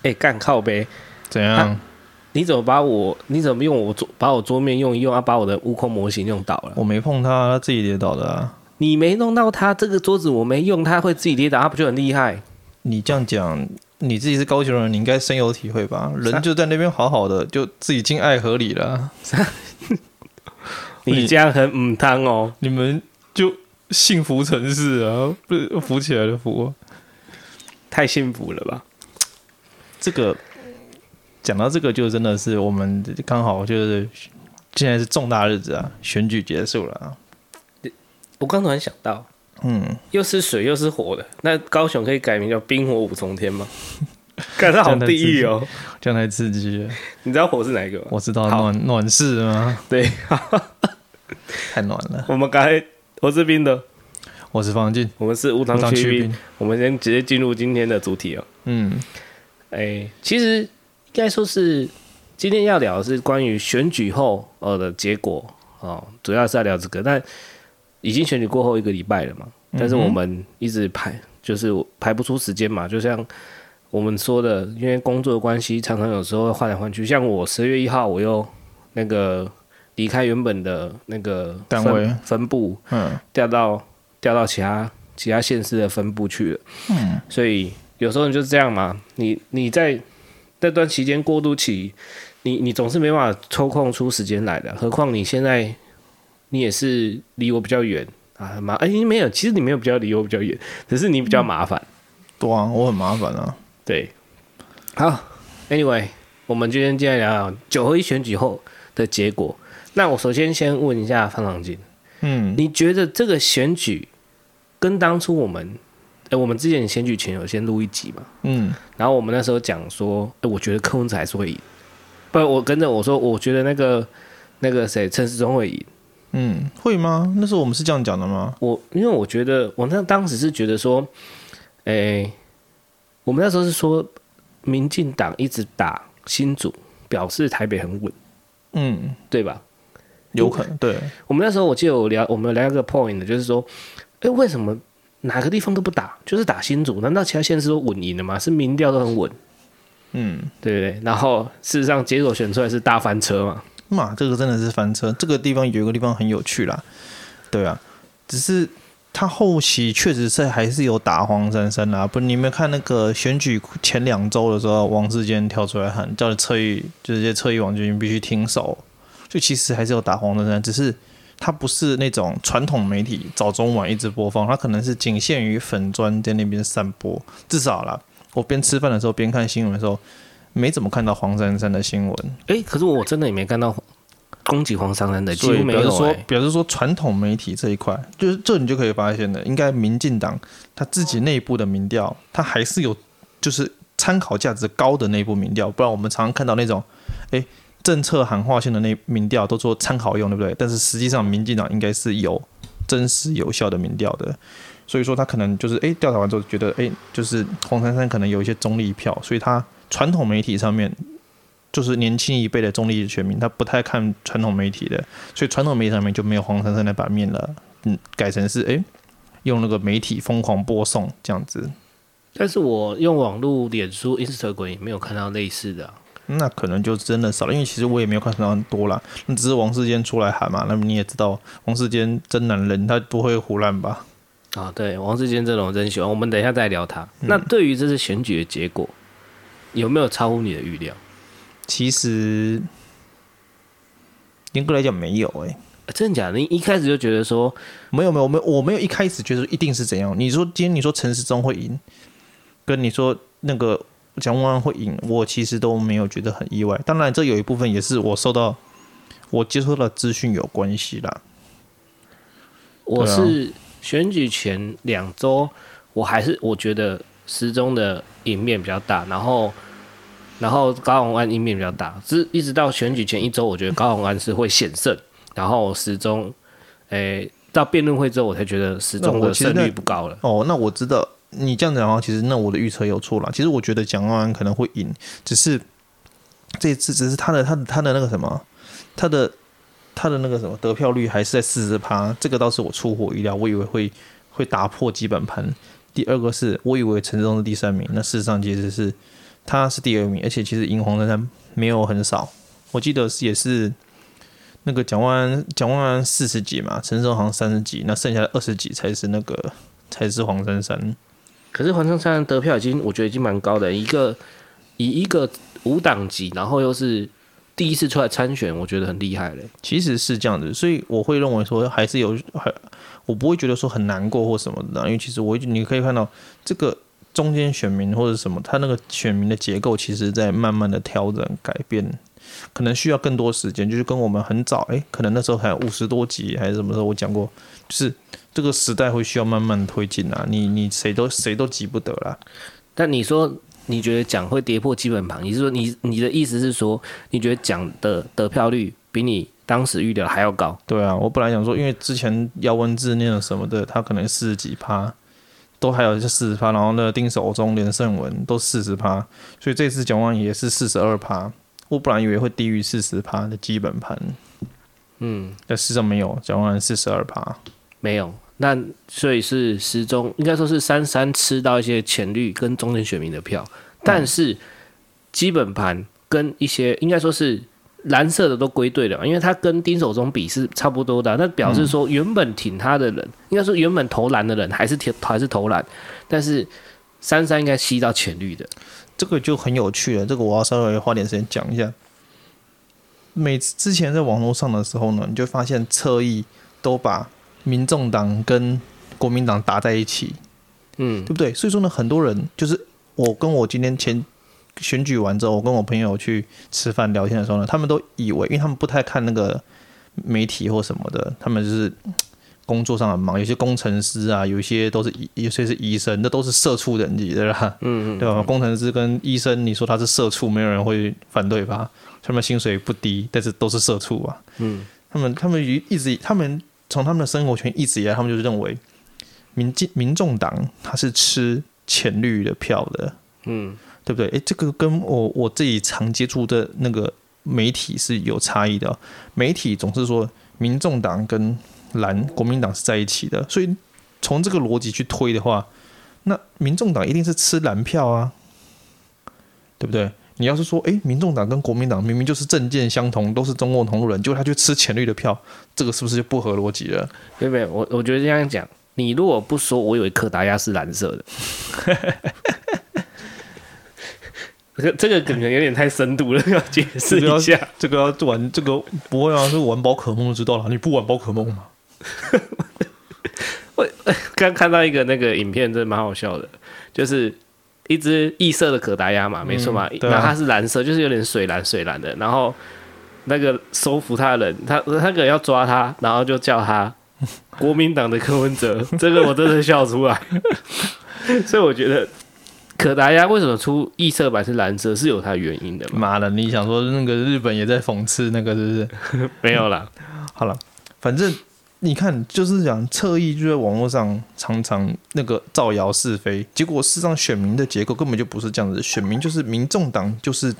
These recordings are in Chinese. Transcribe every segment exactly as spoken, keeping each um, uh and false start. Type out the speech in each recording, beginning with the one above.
哎，干靠呗， 怎样？ 啊你怎么把我？你怎么用我桌把我桌面用一用，啊，把我的悟空模型用倒了？ 我没碰它，它自己跌倒的啊。 你没弄到它，这个桌子我没用，它会自己跌倒，它不就很厉害？ 你这样讲，你自己是高雄人，你应该深有体会吧？人就在那边好好的，就自己进爱河里了啊。 你这样很唔汤哦， 你们就幸福城市啊，不是浮起来的浮， 太幸福了吧？ 这个。讲到这个，就真的是我们刚好就是现在是重大日子啊，选举结束了啊。 我刚突然想到， 嗯， 又是水又是火的，那高雄可以改名叫冰火五重天吗？感觉好地狱哦， 这样太刺激了。 你知道火是哪一个吗？ 我知道暖暖室吗？ 对， 太暖了。 我们刚才我是冰的， 我是方进， 我们是无糖去冰。我们先直接进入今天的主题哦。嗯，哎，其实。应该说是今天要聊的是关于选举后呃的结果哦，主要是要聊这个。但已经选举过后一个礼拜了嘛，但是我们一直排就是排不出时间嘛，就像我们说的，因为工作的关系，常常有时候会换来换去。像我十月一号我又那个离开原本的那个单位分部，嗯，调到调到其他其他县市的分部去了，嗯，所以有时候就是这样嘛，你你在那段期间过渡期，你你总是没办法抽空出时间来的，何况你现在你也是离我比较远啊，麻哎没有，其实你没有比较离我比较远，只是你比较麻烦。 对啊，我很麻烦啊。 对，好 ，Anyway， 我们今天今天聊聊九合一选举后的结果。那我首先先问一下方长进，嗯，你觉得这个选举跟当初我们？欸、我们之前选举前有先录一集嘛，嗯，然后我们那时候讲说，欸、我觉得柯文哲还是会赢，不，我跟着我说，我觉得那个那个谁陈时中会赢， 嗯，会吗？那时候我们是这样讲的吗？ 我因为我觉得我那当时是觉得说，哎、欸，我们那时候是说，民进党一直打新竹，表示台北很稳，嗯，对吧？ 有可能，对。 我们那时候我记得有聊，我们有聊一个 point 的，就是说，哎、欸，为什么？哪个地方都不打，就是打新竹，难道其他县市都稳赢了吗？是民调都很稳，嗯，对不对？然后事实上结果选出来是大翻车嘛， 嘛，这个真的是翻车。这个地方有一个地方很有趣啦，对啊，只是他后期确实是还是有打黄珊珊啦。不，你没有看那个选举前两周的时候，王世坚跳出来喊，叫侧翼就是这些侧翼网军必须停手，就其实还是有打黄珊珊，只是。它不是那种传统媒体早中晚一直播放，它可能是仅限于粉专在那边散播。至少啦，我边吃饭的时候边看新闻的时候，没怎么看到黄珊珊的新闻。 哎、欸，可是我真的也没看到攻击黄珊珊的，几乎没有、欸。 表示说，表示说传统媒体这一块，就是这你就可以发现了，应该民进党他自己内部的民调，它还是有就是参考价值高的内部民调，不然我们常常看到那种，哎、欸。政策喊话性的那民调都做参考用，对不对？但是实际上，民进党应该是有真实有效的民调的，所以说他可能就是哎调查完之后觉得哎，就是黄珊珊可能有一些中立票，所以他传统媒体上面就是年轻一辈的中立选民，他不太看传统媒体的，所以传统媒体上面就没有黄珊珊的版面了，嗯，改成是哎用那个媒体疯狂播送这样子。 但是我用网络、脸书、Instagram 也没有看到类似的、啊。 那可能就真的少了，因为其实我也没有看到很多啦，那只是王世坚出来喊嘛，那你也知道王世坚真男人，他不会胡乱吧？ 啊，对，王世坚这种我真喜欢，我们等一下再聊他。嗯、那对于这次选举的结果，有没有超乎你的预料？ 其实严格来讲没有诶、欸啊，真的假的？你一开始就觉得说没有没有没有，我没有一开始觉得一定是怎样。你说今天你说陈时中会赢，跟你说那个。蒋万安会赢，我其实都没有觉得很意外。当然，这有一部分也是我受到我接收到的资讯有关系啦。 我是选举前两周，我还是我觉得时钟的赢面比较大，然后然后高虹安赢面比较大，只一直到选举前一周，我觉得高虹安是会险胜，然后时钟，诶，到辩论会之后，我才觉得时钟的胜率不高了。 哦，那我知道。你这样讲的话，其实那我的预测有错啦。其实我觉得蒋万安可能会赢，只是这次只是他的他的他的那个什么，他的他的那个什么得票率还是在四十趴，这个倒是我出乎意料，我以为会会打破基本盘。第二个是我以为陈时中是第三名，那事实上其实是他是第二名，而且其实赢黄珊珊没有很少，我记得是也是那个蒋万安蒋万安四十几嘛，陈胜豪三十几，那剩下的二十几才是那个才是黄珊珊。 可是黄珊珊得票已经我觉得已经蛮高的，一个以一个无党籍，然后又是第一次出来参选，我觉得很厉害了。 其实是这样子，所以我会认为说还是有，还我不会觉得说很难过或什么的，因为其实我你可以看到这个中间选民或者什么，他那个选民的结构其实在慢慢的调整改变，可能需要更多时间，就是跟我们很早哎、欸，可能那时候还有五十多集还是什么时候我讲过，就是这个时代会需要慢慢推进啊，你你谁都谁都急不得啦。 但你说你觉得蒋会跌破基本盘，你是说你你的意思是说，你觉得蒋的得票率比你当时预料还要高？ 对啊，我本来想说，因为之前姚文智那种什么的，他可能四十几趴，都还有四十趴，然后呢，丁守中、连胜文都四十趴，所以这次蒋万安也是四十二趴。我本来以为会低于四十趴的基本盘，嗯，但事实上没有，蒋万安四十二趴， 没有。那所以是时钟，应该说是三三吃到一些浅绿跟中间选民的票，但是基本盘跟一些应该说是蓝色的都归队了，因为他跟丁守中比是差不多的，那表示说原本挺他的人，嗯、应该说原本投蓝的人还是还是投蓝，但是三三应该吸到浅绿的， 这个就很有趣了。这个我要稍微花点时间讲一下。每次之前在网络上的时候呢，你就发现侧翼都把民众党跟国民党打在一起，嗯，对不对？所以说呢，很多人就是我跟我今天前选举完之后，我跟我朋友去吃饭聊天的时候呢，他们都以为，因为他们不太看那个媒体或什么的，他们就是工作上很忙，有些工程师啊，有一些都是有些是医生，那都是社畜等级的啦，嗯嗯，对吧？工程师跟医生，你说他是社畜，没有人会反对吧？他们薪水不低，但是都是社畜啊，嗯，他们他们一直他们。从他们的生活圈一直以来，他们就是认为民民众党他是吃浅绿的票的，嗯，对不对？哎，这个跟我我自己常接触的那个媒体是有差异的、哦。媒体总是说民众党跟蓝国民党是在一起的，所以从这个逻辑去推的话，那民众党一定是吃蓝票啊，对不对？你要是说，哎，民众党跟国民党明明就是政见相同，都是中共同路人，结果他去吃浅绿的票，这个是不是就不合逻辑了？ 对不对？我我觉得这样讲，你如果不说，我以为柯达鸭是蓝色的，这个这个可能有点太深度了，要解释一下。 这个要玩，这个不会啊，是玩宝可梦就知道了。你不玩宝可梦吗？ 我刚看到一个那个影片，真的蛮好笑的，就是一只异色的可达鸭嘛，没错嘛，然后、嗯啊、它是蓝色，就是有点水蓝水蓝的，然后那个收服他的人，他那个要抓他，然后就叫他国民党的柯文哲，这个我真的笑出来。所以我觉得可达鸭为什么出异色版是蓝色，是有它的原因的嘛。 妈的，你想说那个日本也在讽刺那个是不是？ 没有啦， 好了，反正。你看，就是讲侧翼就在网络上常常那个造谣是非，结果事实上选民的结构根本就不是这样子，选民就是民众党，就是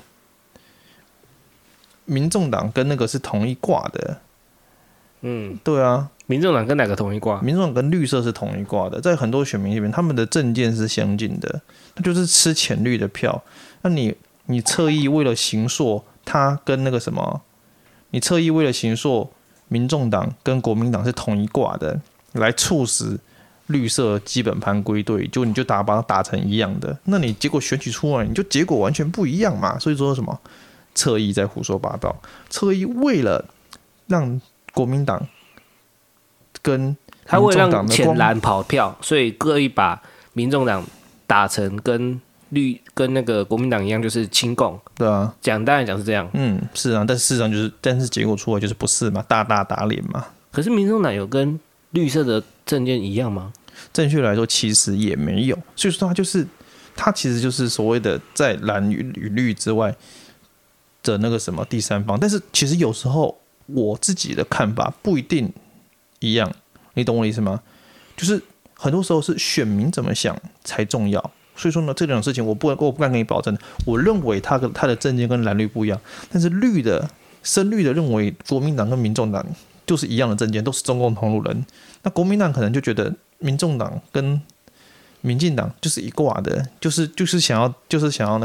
民众党跟那个是同一挂的，嗯，对啊， 民众党跟哪个同一挂？ 民众党跟绿色是同一挂的，在很多选民里面，他们的政见是相近的，他就是吃浅绿的票。那你你侧翼为了形塑他跟那个什么，你侧翼为了形塑。民众党跟国民党是同一挂的，来促使绿色基本盘归队，就你就打把它打成一样的，那你结果选举出来，你就结果完全不一样嘛。所以说什么侧翼在胡说八道，侧翼为了让国民党跟他为了让浅蓝跑票，所以刻意把民众党打成跟绿跟那个国民党一样，就是亲共。 对啊， 讲当然讲是这样， 嗯，是啊，但事实上就是，但是结果出来就是不是嘛，大大打脸嘛。 可是民众党有跟绿色的政见一样吗？ 正确来说，其实也没有。所以说，它就是它其实就是所谓的在蓝与绿之外的那个什么第三方。但是其实有时候我自己的看法不一定一样，你懂我的意思吗？就是很多时候是选民怎么想才重要。所以说呢，这两种事情我不我不敢跟你保证。我认为他他的政见跟蓝绿不一样，但是绿的深绿的认为国民党跟民众党就是一样的政见，都是中共同路人。那国民党可能就觉得民众党跟民进党就是一挂的，就是就是想要就是想要那个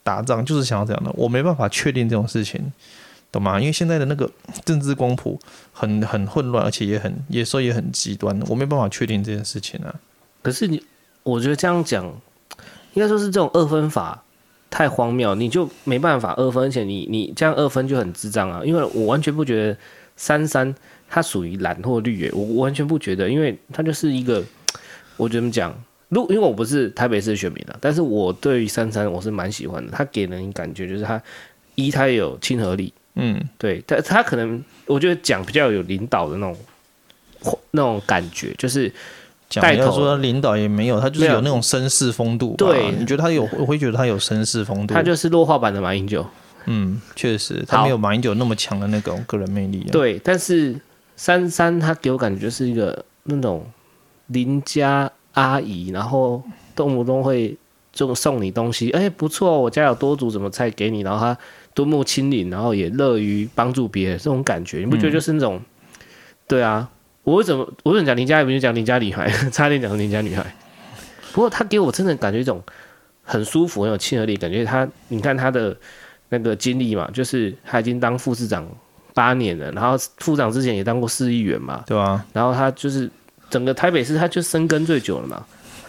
打仗，就是想要这样的，我没办法确定这种事情，懂吗？因为现在的那个政治光谱很很混乱，而且也很有时候也很极端，我没办法确定这件事情啊。 可是你，我觉得这样讲，应该说是这种二分法太荒谬，你就没办法二分，而且你你这样二分就很智障啊！因为我完全不觉得三三它属于蓝或绿耶，我完全不觉得，因为它就是一个，我怎么讲？如因为我不是台北市的选民啊，但是我对于三三我是蛮喜欢的，他给人感觉就是他一他有亲和力，嗯，对，但他可能我觉得讲比较有领导的那种那种感觉，就是带头。要说领导也没有，他就是有那种绅士风度。对，你觉得他有？我会觉得他有绅士风度。 他就是弱化版的马英九。 嗯，确实，他没有马英九那么强的那种个人魅力、啊。 对，但是三三他给我感觉就是一个那种邻家阿姨，然后动不动会就送你东西，哎、欸，不错，我家有多煮什么菜给你，然后他多么亲邻，然后也乐于帮助别人，这种感觉，你不觉得就是那种？嗯、对啊，我为什么我为什么讲邻家女孩，就讲邻家女孩，差点讲邻家女孩。不过他给我真的感觉一种很舒服、很有亲和力，感觉他，你看他的那个经历嘛，就是他已经当副市长八年了，然后副长之前也当过市议员嘛， 对啊， 然后他就是整个台北市他就深耕最久了嘛，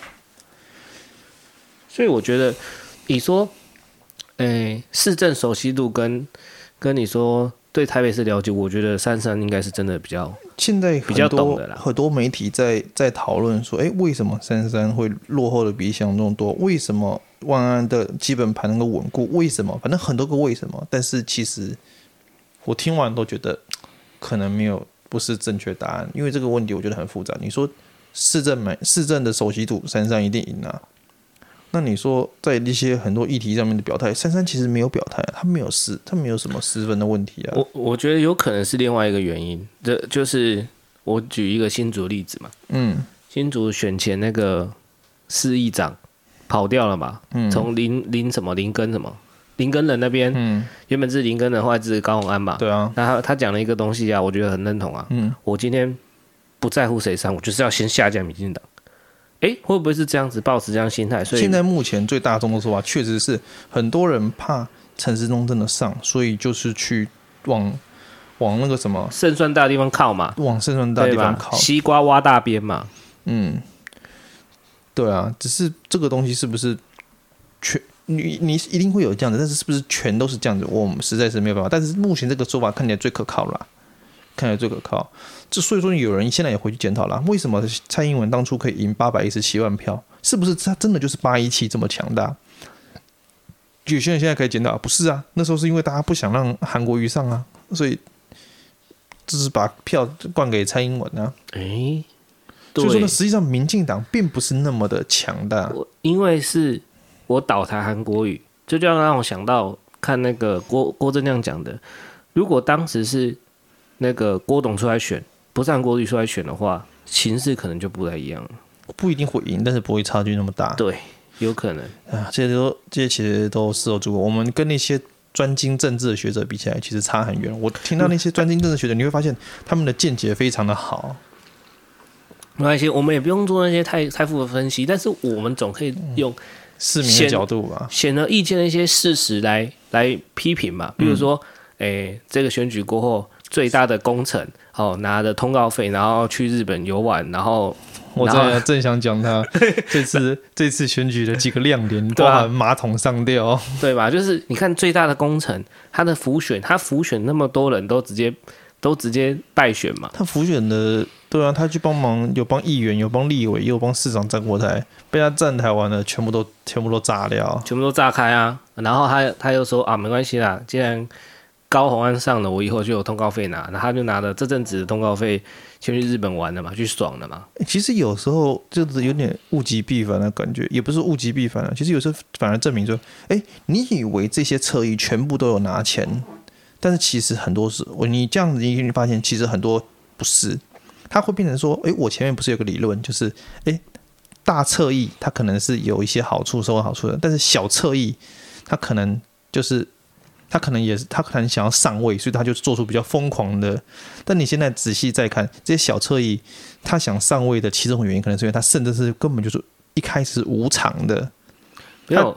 所以我觉得你说，诶，市政熟悉度跟跟你说对台北市了解，我觉得珊珊应该是真的比较现在比较懂的啦。 很多媒体在在讨论说，哎，为什么珊珊会落后的比想象中多？为什么万安的基本盘能够稳固？为什么？反正很多个为什么。但是其实我听完都觉得可能没有不是正确答案，因为这个问题我觉得很复杂。你说市政买市政的熟悉度，珊珊一定赢啊。那你说在一些很多议题上面的表态，珊珊其实没有表态、啊，他没有失，他没有什么失分的问题啊。 我我觉得有可能是另外一个原因，这就是我举一个新竹的例子嘛。嗯，新竹选前那个市议长跑掉了嘛，嗯，从林林什么林根什么林根人那边，嗯，原本是林根人，后来是高虹安嘛， 对啊。 那他他讲了一个东西啊，我觉得很认同啊。嗯，我今天不在乎谁上，我就是要先下架民进党。哎，会不会是这样子抱持这样心态？所以现在目前最大众的说法，确实是很多人怕陈时中真的上，所以就是去往往那个什么胜算大的地方靠嘛， 往胜算大的地方靠， 西瓜挖大边嘛。 嗯，对啊，只是这个东西是不是全你你一定会有这样的，但是是不是全都是这样子，我们实在是没有办法。但是目前这个说法看起来最可靠啦。看起来最可靠，这所以说有人现在也回去检讨了，为什么蔡英文当初可以赢八百一十七万票？是不是他真的就是八一七这么强大？有些人现在可以检讨，不是啊，那时候是因为大家不想让韩国瑜上啊，所以就是把票灌给蔡英文啊。 哎， 所以说呢，实际上民进党并不是那么的强大， 因为是我倒台韩国瑜，这就让我想到看那个郭郭正亮讲的，如果当时是那个郭董出来选，不是韩国瑜出来选的话，形势可能就不太一样了。 不一定会赢，但是不会差距那么大。 对，有可能啊，这些都这些其实都事后诸葛。我们跟那些专精政治的学者比起来，其实差很远。我听到那些专精政治学者，你会发现他们的见解非常的好。 没关系，我们也不用做那些太太复杂的分析，但是我们总可以用市民的角度吧， 显而易见的一些事实来来批评嘛。比如说，哎、嗯欸，这个选举过后。最大的工程，哦，拿着通告费，然后去日本游玩，然后我正正想讲他这次这次选举的几个亮点，包含马桶上吊， 对吧？就是你看最大的工程，他的辅选，他辅选那么多人都直接都直接败选嘛。 他辅选的，对啊，他去帮忙，有帮议员，有帮立委，也有帮市长站过台，被他站台完了，全部都全部都炸掉， 全部都炸开啊！然后他他又说啊，没关系啦，既然高虹安上了，我以后就有通告费拿，然后他就拿了这阵子的通告费先去日本玩了嘛，去爽了嘛。 其实有时候就是有点物极必反的感觉，也不是物极必反啊。其实有时候反而证明说，哎，你以为这些侧翼全部都有拿钱，但是其实很多是，你这样子你会发现，其实很多不是，它会变成说，哎，我前面不是有个理论，就是哎，大侧翼它可能是有一些好处，收好处的，但是小侧翼它可能就是。他可能也是，他可能想要上位，所以他就做出比较疯狂的。但你现在仔细再看这些小侧翼，他想上位的其中原因，可能是因为他甚至是根本就是一开始无偿的。 没有，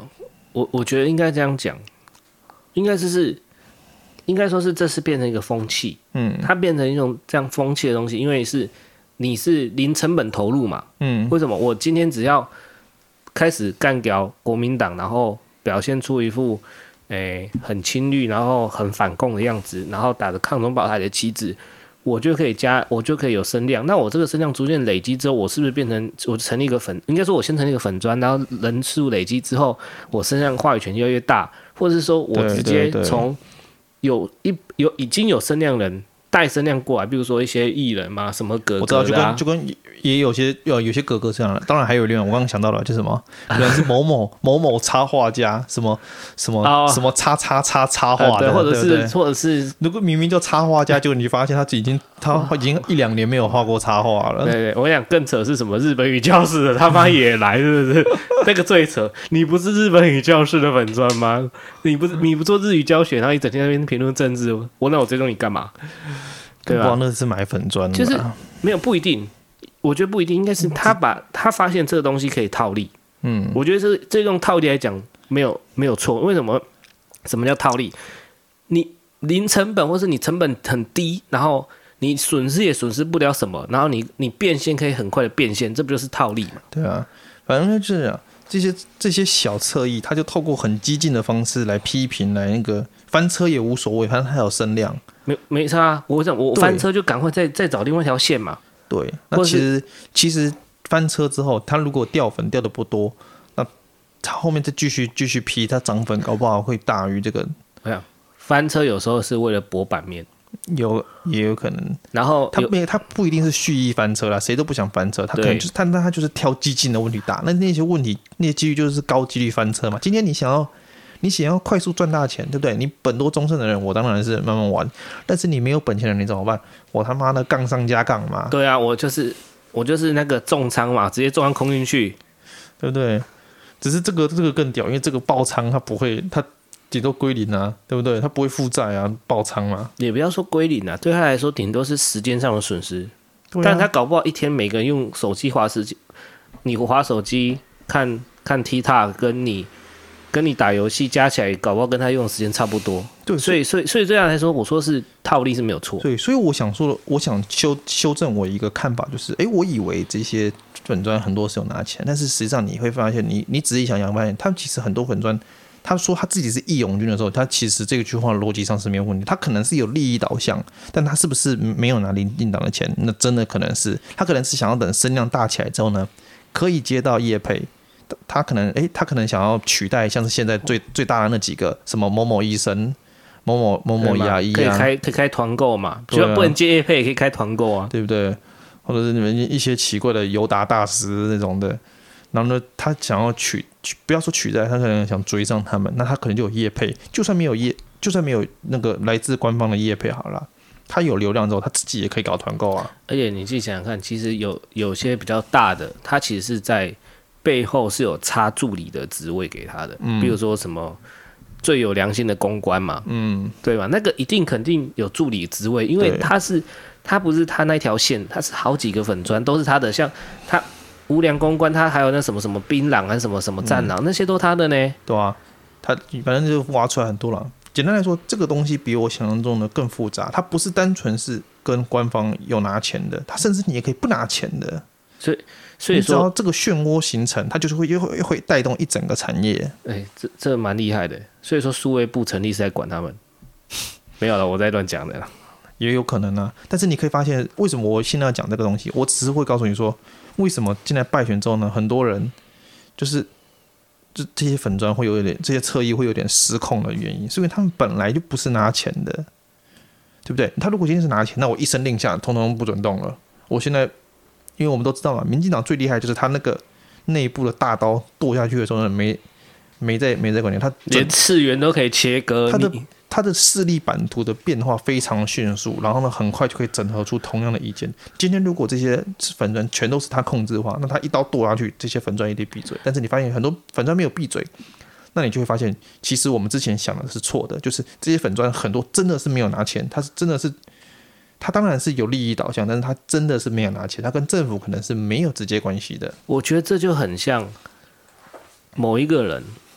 我我觉得应该这样讲，应该是是，应该说是这是变成一个风气，嗯，它变成一种这样风气的东西，因为是你是零成本投入嘛，嗯，为什么我今天只要开始干掉国民党，然后表现出一副诶、欸、很亲绿，然后很反共的样子，然后打着抗中保台的旗帜，我就可以加，我就可以有声量。那我这个声量逐渐累积之后，我是不是变成我成立一个粉？应该说，我先成立一个粉专，然后人数累积之后，我声量话语权越来越大，或者是说我直接从有一有已经有声量人带声量过来，比如说一些艺人嘛，什么哥哥、啊， 我知道，就跟就跟也有些有有些哥哥这样的。当然还有另外，我刚刚想到了，就是什么，可能是某某某某插画家，什么什么、哦、什么叉叉叉插画的， 呃、或者是对对或者是， 如果明明就插画家，结果你发现他已经他已经一两年没有画过插画了。 对对，我想更扯是什么日本语教室的他妈也来，是不是？那个最扯，你不是日本语教室的粉专吗？你不是你不做日语教学，然后一整天在那边评论政治，我那我追踪你干嘛？对吧？ 不知道那是买粉专， 就是没有不一定，我觉得不一定，应该是他把他发现这个东西可以套利。嗯，我觉得这这用套利来讲没有没有错。为什么？什么叫套利？你零成本，或是你成本很低，然后你损失也损失不了什么，然后你你变现可以很快的变现，这不就是套利吗？ 对啊，反正就是啊，这些这些小侧翼，他就透过很激进的方式来批评，来那个翻车也无所谓，反正他有声量。 没没差啊！我想我翻车就赶快再再找另外一条线嘛。 对，那其实其实翻车之后，他如果掉粉掉的不多，那他后面再继续继续批，他涨粉搞不好会大于这个。 我想翻车有时候是为了博版面， 有也有可能。 然后他没他不一定是蓄意翻车啦，谁都不想翻车，他可能就是他他就是挑激进的问题打，那那些问题那些几率就是高几率翻车嘛。今天你想要。你想要快速赚大钱，对不对？你本多终身的人，我当然是慢慢玩。但是你没有本钱的人，你怎么办？我他妈的杠上加杠嘛！ 对啊，我就是我就是那个重仓嘛，直接重仓空进去， 对不对？只是这个这个更屌，因为这个爆仓它不会，它顶多归零啊，对不对？它不会负债啊，爆仓嘛。 也不要说归零啊，对他来说顶多是时间上的损失。啊、但他搞不好一天每个人用手机滑时间，你滑手机看看 TikTok 跟你。跟你打游戏加起来，搞不好跟他用的时间差不多。对，所以所以所以这样来说，我说是套利是没有错。 对，所以我想说，我想修修正我一个看法，就是，哎，我以为这些粉专很多是有拿钱，但是实际上你会发现，你你仔细想想，发现他其实很多粉专，他说他自己是义勇军的时候，他其实这个句话逻辑上是没有问题，他可能是有利益导向，但他是不是没有拿民进党的钱？那真的可能是他可能是想要等声量大起来之后呢，可以接到业配。他可能哎，他可能想要取代像是现在最最大的那几个什么某某医生、某某某某牙医啊， 可以开可以开团购嘛？就算不能接业配，也可以开团购啊， 对不对？或者是你们一些奇怪的尤达大师那种的，然后呢，他想要取，不要说取代，他可能想追上他们，那他可能就有业配，就算没有业，就算没有那个来自官方的业配好了，他有流量之后，他自己也可以搞团购啊。 而且你自己想想看，其实有有些比较大的，他其实是在。背后是有插助理的职位给他的，嗯，比如说什么最有良心的公关嘛，嗯，对吧？那个一定肯定有助理职位，因为他是他不是他那条线，他是好几个粉专都是他的，像他无良公关，他还有那什么什么槟榔还是什么什么战狼，嗯，那些都他的呢， 对啊，他反正就挖出来很多了。简单来说，这个东西比我想象中的更复杂，它不是单纯是跟官方有拿钱的，它甚至你也可以不拿钱的， 所以。所以说， 只要这个漩涡形成，它就是会会会带动一整个产业。 哎、欸，这这蛮厉害的。所以说，数位部成立是在管他们，没有了，我在乱讲的啦。 也有可能啊，但是你可以发现，为什么我现在要讲这个东西？我只是会告诉你说，为什么现在败选之后呢，很多人就是就这些粉专会有点，这些侧翼会有点失控的原因，是因为他们本来就不是拿钱的，对不对？他如果今天是拿钱，那我一声令下，通通不准动了。我现在。因为我们都知道嘛，民进党最厉害就是他那个内部的大刀剁下去的时候呢，没没在没在管你，他连次元都可以切割。 他的他的势力版图的变化非常迅速，然后呢，很快就可以整合出同样的意见。今天如果这些粉专全都是他控制的话，那他一刀剁下去，这些粉专一定闭嘴。但是你发现很多粉专没有闭嘴，那你就会发现，其实我们之前想的是错的，就是这些粉专很多真的是没有拿钱，他是真的是。他当然是有利益导向，但是他真的是没有拿钱，他跟政府可能是没有直接关系的。 我觉得这就很像某一个人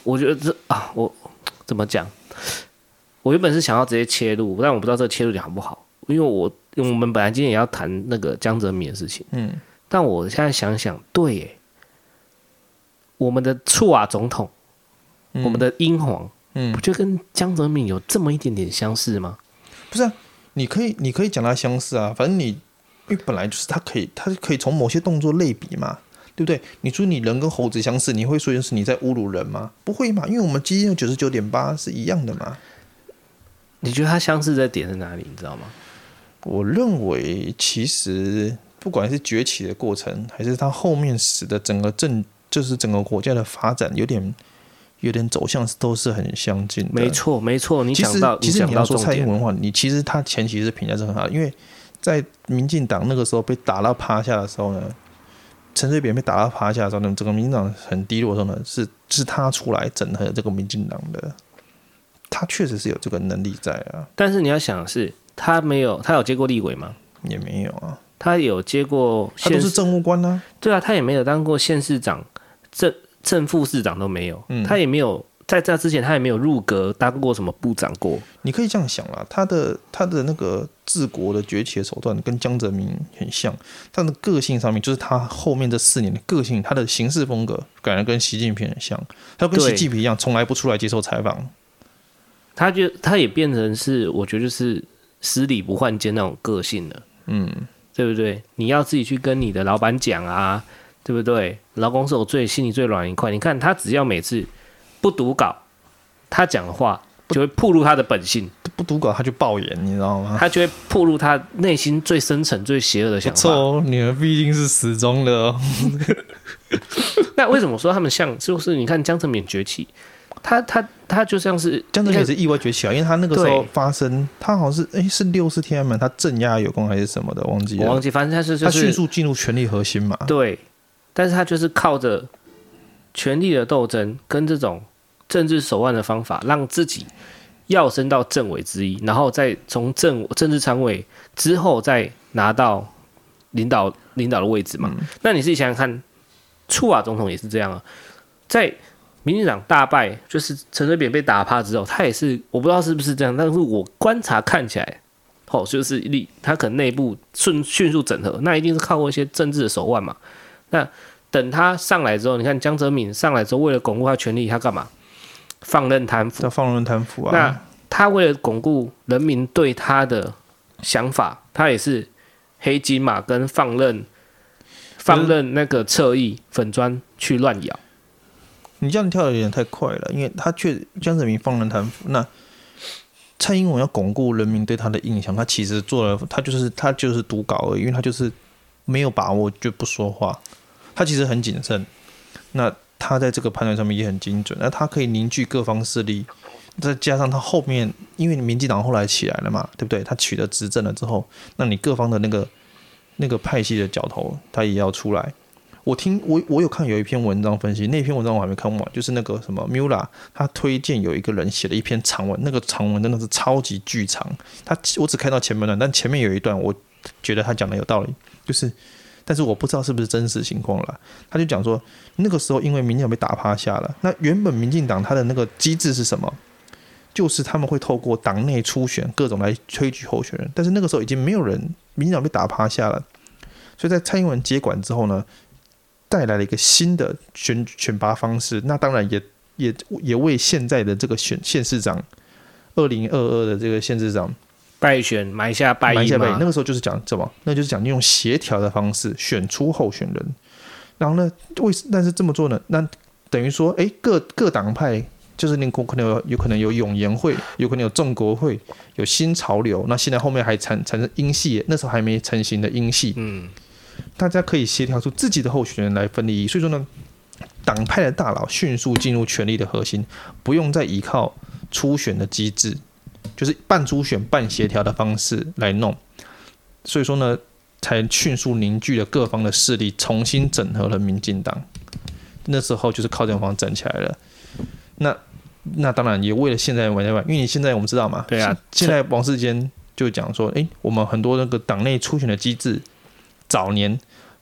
我觉得这啊，我怎么讲？我原本是想要直接切入，但我不知道这个切入点好不好，因为我因为我们本来今天也要谈那个江泽民的事情，嗯，但我现在想想，对耶，我们的处瓦总统，嗯、我们的英皇，嗯，不就跟江泽民有这么一点点相似吗？ 不是啊，你可以你可以讲他相似啊，反正你因为本来就是他可以他可以从某些动作类比嘛。对不对？你说你人跟猴子相似，你会说是你在侮辱人吗？不会嘛，因为我们基因有九十九点八是一样的嘛。 你觉得它相似的点在哪里？你知道吗？ 我认为其实不管是崛起的过程，还是它后面使的整个政，就是整个国家的发展，有点有点走向都是很相近的。 没错，没错。你讲到， 其实你要说蔡英文的话，你其实他前期是评价是很好的，因为在民进党那个时候被打到趴下的时候呢。陈水扁被打到趴下的时候呢，整个民进党很低落的时候呢，是是他出来整合这个民进党的，他确实是有这个能力在啊。 但是你要想的是，他没有，他有接过立委吗？ 也没有啊。 他有接过， 他都是政务官啊。 对啊，他也没有当过县市长、正正副市长都没有，嗯、他也没有。在这之前，他也没有入阁当过什么部长过。 你可以这样想啦，他的他的那个治国的崛起的手段跟江泽民很像，他的个性上面就是他后面这四年的个性，他的行事风格感觉跟习近平很像，他跟习近平一样，从来不出来接受采访。 他就他也变成是，我觉得就是十里不换肩那种个性了，嗯，对不对？你要自己去跟你的老板讲啊，对不对？劳工是我最心里最软一块。你看他只要每次。不读稿，他讲的话就会暴露他的本性。 不读稿他就爆言，你知道吗？ 他就会暴露他内心最深层、最邪恶的想法。 不错哦，你们毕竟是死忠的哦。 那为什么说他们像？就是你看江泽民崛起，他他他就像是江泽民也是意外崛起啊，因为他那个时候发生，他好像是哎是六四天安门，他镇压有功还是什么的，忘记了。 我忘记，反正他是、就是、 他迅速进入权力核心嘛。 对，但是他就是靠着。权力的斗争跟这种政治手腕的方法，让自己跃升到政委之一，然后再从政政治常委之后再拿到领导领导的位置嘛。嗯、那你自己想想看，处瓦总统也是这样啊，在民进党大败，就是陈水扁被打趴之后，他也是我不知道是不是这样，但是我观察看起来，哦，就是他可能内部迅迅速整合，那一定是靠过一些政治的手腕嘛。那等他上来之后，你看江泽民上来之后，为了巩固他权力，他干嘛？放任贪腐。 他放任贪腐啊！ 那他为了巩固人民对他的想法，他也是黑金嘛，跟放任放任那个侧翼粉砖去乱咬。 你这样跳的有点太快了，因为他却江泽民放任贪腐，那蔡英文要巩固人民对他的印象，他其实做了，他就是他就是读稿而已，因为他就是没有把握就不说话。他其实很谨慎，那他在这个判断上面也很精准，那他可以凝聚各方势力，再加上他后面，因为民进党后来起来了嘛，对不对？他取得执政了之后，那你各方的那个那个派系的角头，他也要出来。我听我我有看有一篇文章分析，那篇文章我还没看完，就是那个什么 Mula 他推荐有一个人写了一篇长文，那个长文真的是超级巨长，他我只看到前半段，但前面有一段我觉得他讲的有道理，就是。但是我不知道是不是真实情况啦。他就讲说，那个时候因为民进党被打趴下了，那原本民进党他的那个机制是什么？就是他们会透过党内初选各种来推举候选人，但是那个时候已经没有人，民进党被打趴下了，所以在蔡英文接管之后呢，带来了一个新的选选拔方式。那当然也也也为现在的这个选县市长，二零二二的这个县市长。 败选埋下败因嘛， 那个时候就是讲什么？那就是讲用协调的方式选出候选人。然后呢，为但是这么做呢，那等于说，哎，各各党派就是你可能有有可能有永延会，有可能有众国会，有新潮流。那现在后面还产产生英系，那时候还没成型的英系，嗯，大家可以协调出自己的候选人来分利益。所以说呢，党派的大佬迅速进入权力的核心，不用再依靠初选的机制。就是半初选半协调的方式来弄，所以说呢，才迅速凝聚了各方的势力，重新整合了民进党。那时候就是靠这种方式整起来了。那那当然也为了现在玩家玩，因为你现在我们知道嘛， 对啊， 现在王世坚就讲说，哎，我们很多那个党内初选的机制，早年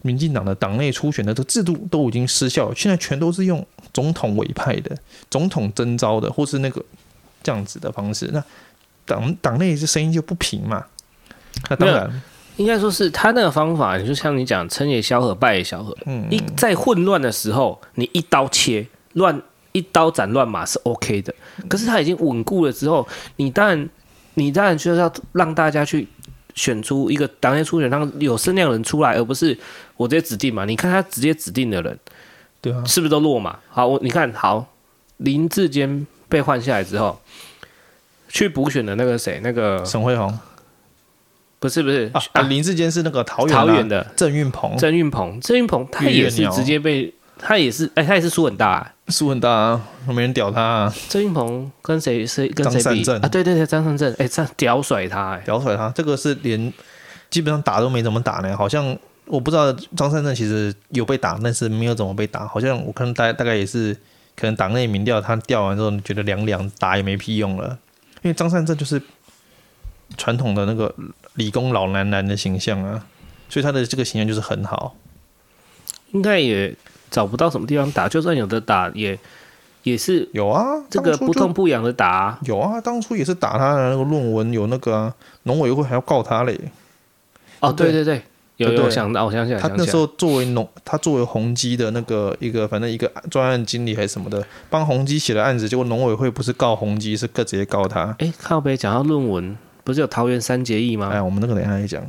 民进党的党内初选的这制度都已经失效了，现在全都是用总统委派的、总统征召的，或是那个这样子的方式。那党党内这声音就不平嘛？那当然， 应该说是他那个方法，就像你讲，成也萧何，败也萧何。嗯，一在混乱的时候，你一刀切，乱一刀斩乱麻是 OK 的。可是他已经稳固了之后，你当然，你当然就是要让大家去选出一个党内初选，让有声量的人出来，而不是我直接指定嘛。你看他直接指定的人， 对啊， 是不是都落马？好，我你看好林智坚被换下来之后。去补选的那个谁，那个沈慧虹， 不是不是啊，啊林智坚是那个桃园、啊、 桃园的郑运鹏， 郑运鹏，郑运鹏他也是直接被，他也是，哎、欸，他也是输很大、啊， 输很大啊，没人屌他、啊。 郑运鹏跟谁谁跟谁比啊？对对对，张善政，哎、欸，这样屌甩他、欸， 屌甩他，这个是连基本上打都没怎么打呢，好像我不知道张善政其实有被打，但是没有怎么被打，好像我看大大概也是可能党内民调他调完之后觉得凉凉，打也没屁用了。因为张善政就是传统的那个理工老男人的形象啊，所以他的这个形象就是很好。 应该也找不到什么地方打，就算有的打也也是有啊， 这个不痛不痒的打、啊。 有啊，当初也是打他的那个论文有那个啊，农委会还要告他嘞。 哦，对对对。有有想到，我想起来， 他那时候作为农，他作为宏基的那个一个，反正一个专案经理还是什么的，帮宏基写了案子，结果农委会不是告宏基，是直接告他。 哎、欸，靠北讲到论文，不是有桃园三结义吗？ 哎，我们那个等一下再讲。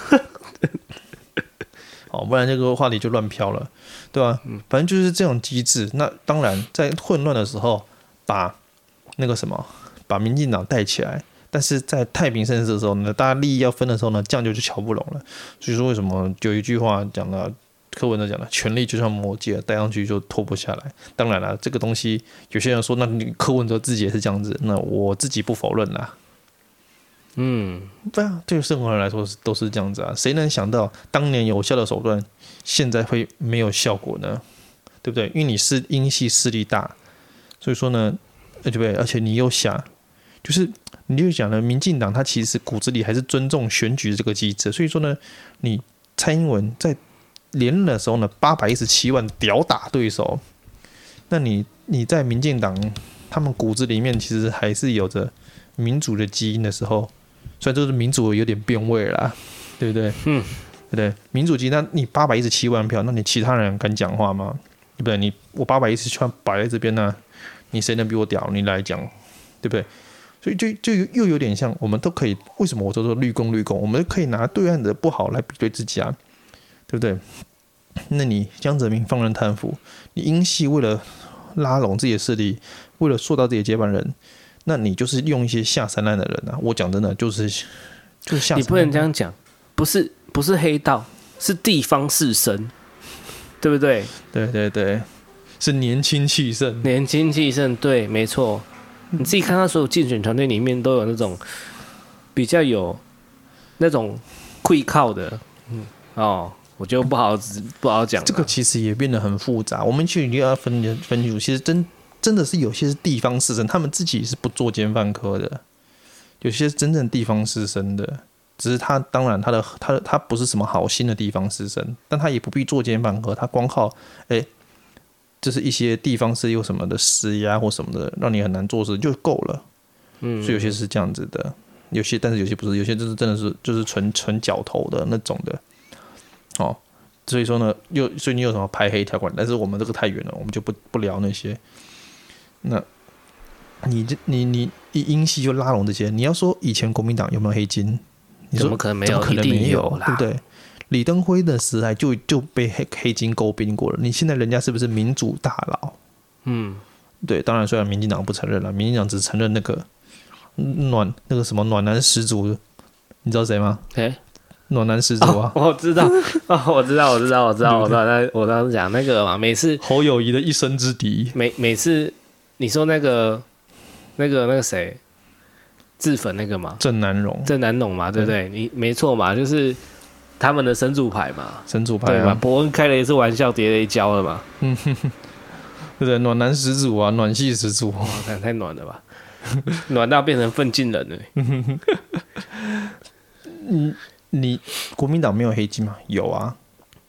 好，不然这个话题就乱飘了，对吧、啊？嗯、反正就是这种机制。那当然，在混乱的时候，把那个什么，把民进党带起来。但是在太平盛世的时候呢，大家利益要分的时候呢，这样就就瞧不拢了。所以说为什么有一句话讲的，柯文哲讲的，权力就像魔戒，戴上去就脱不下来。当然了，这个东西有些人说，那你柯文哲自己也是这样子，那我自己不否认啦。嗯，对啊，对于任何人来说都是这样子啊。谁能想到当年有效的手段，现在会没有效果呢？对不对？因为你是英系势力大，所以说呢，对不对？而且你又想，就是。你就讲了，民进党他其实骨子里还是尊重选举这个机制，所以说呢，你蔡英文在连任的时候呢，八百一十七万屌打对手，那你你在民进党他们骨子里面其实还是有着民主的基因的时候，虽然就是民主有点变味啦，对不对？嗯，对不对？民主基因，那你八百一十七万票，那你其他人敢讲话吗？对不对？你我八百一十七万摆在这边呢，你谁能比我屌？你来讲，对不对？所以就就又有点像，我们都可以，为什么我都说绿共绿共？我们可以拿对岸的不好来比对自己啊，对不对？那你江泽民放任贪腐，你英系为了拉拢自己的势力，为了塑造自己的接班人，那你就是用一些下三滥的人啊！我讲真的，就是就是下三滥。 你不能这样讲，不是不是黑道，是地方士绅，对不对？ 对对对，是年轻气盛， 年轻气盛，对，没错。你自己看他所有竞选团队里面都有那种比较有那种会靠的，嗯哦，我就不好不好讲。 这个其实也变得很复杂，我们去一定要分分清楚。其实真真的是有些是地方士绅，他们自己是不作奸犯科的；有些是真正地方士绅的，只是他当然他的他的他不是什么好心的地方士绅，但他也不必作奸犯科，他光靠哎。欸就是一些地方是有什么的施压或什么的，让你很难做事就够了。嗯，所以有些是这样子的，有些但是有些不是，有些就是真的是就是纯纯角头的那种的。哦，所以说呢，又所以你有什么排黑条款？但是我们这个太远了，我们就不不聊那些。那你你你英系就拉拢这些，你要说以前国民党有没有黑金？你说怎么可能没有？ 怎么可能没有啦， 对不对？李登辉的时代就就被 黑, 黑金勾兵过了，你现在人家是不是民主大佬？嗯，对，当然虽然民进党不承认了，民进党只承认那个暖那个什么暖男始祖，你知道谁吗？ 欸、 暖男始祖啊， 哦、我知道、哦，我知道，我知道，我知道，我知道，我当时讲那个嘛，每次侯友宜的一生之敌， 每每次你说那个那个那个谁自焚那个嘛， 郑南榕， 郑南榕嘛，对不对？你没错嘛，就是。他们的神主牌嘛， 神主牌、啊、 对嘛？伯恩开了一次玩笑，跌了一跤了嘛。嗯哼哼，对不对？暖男始祖啊，暖系始祖， 哇，太暖了吧，暖到变成奋进人了。 你你国民党没有黑金吗？有啊，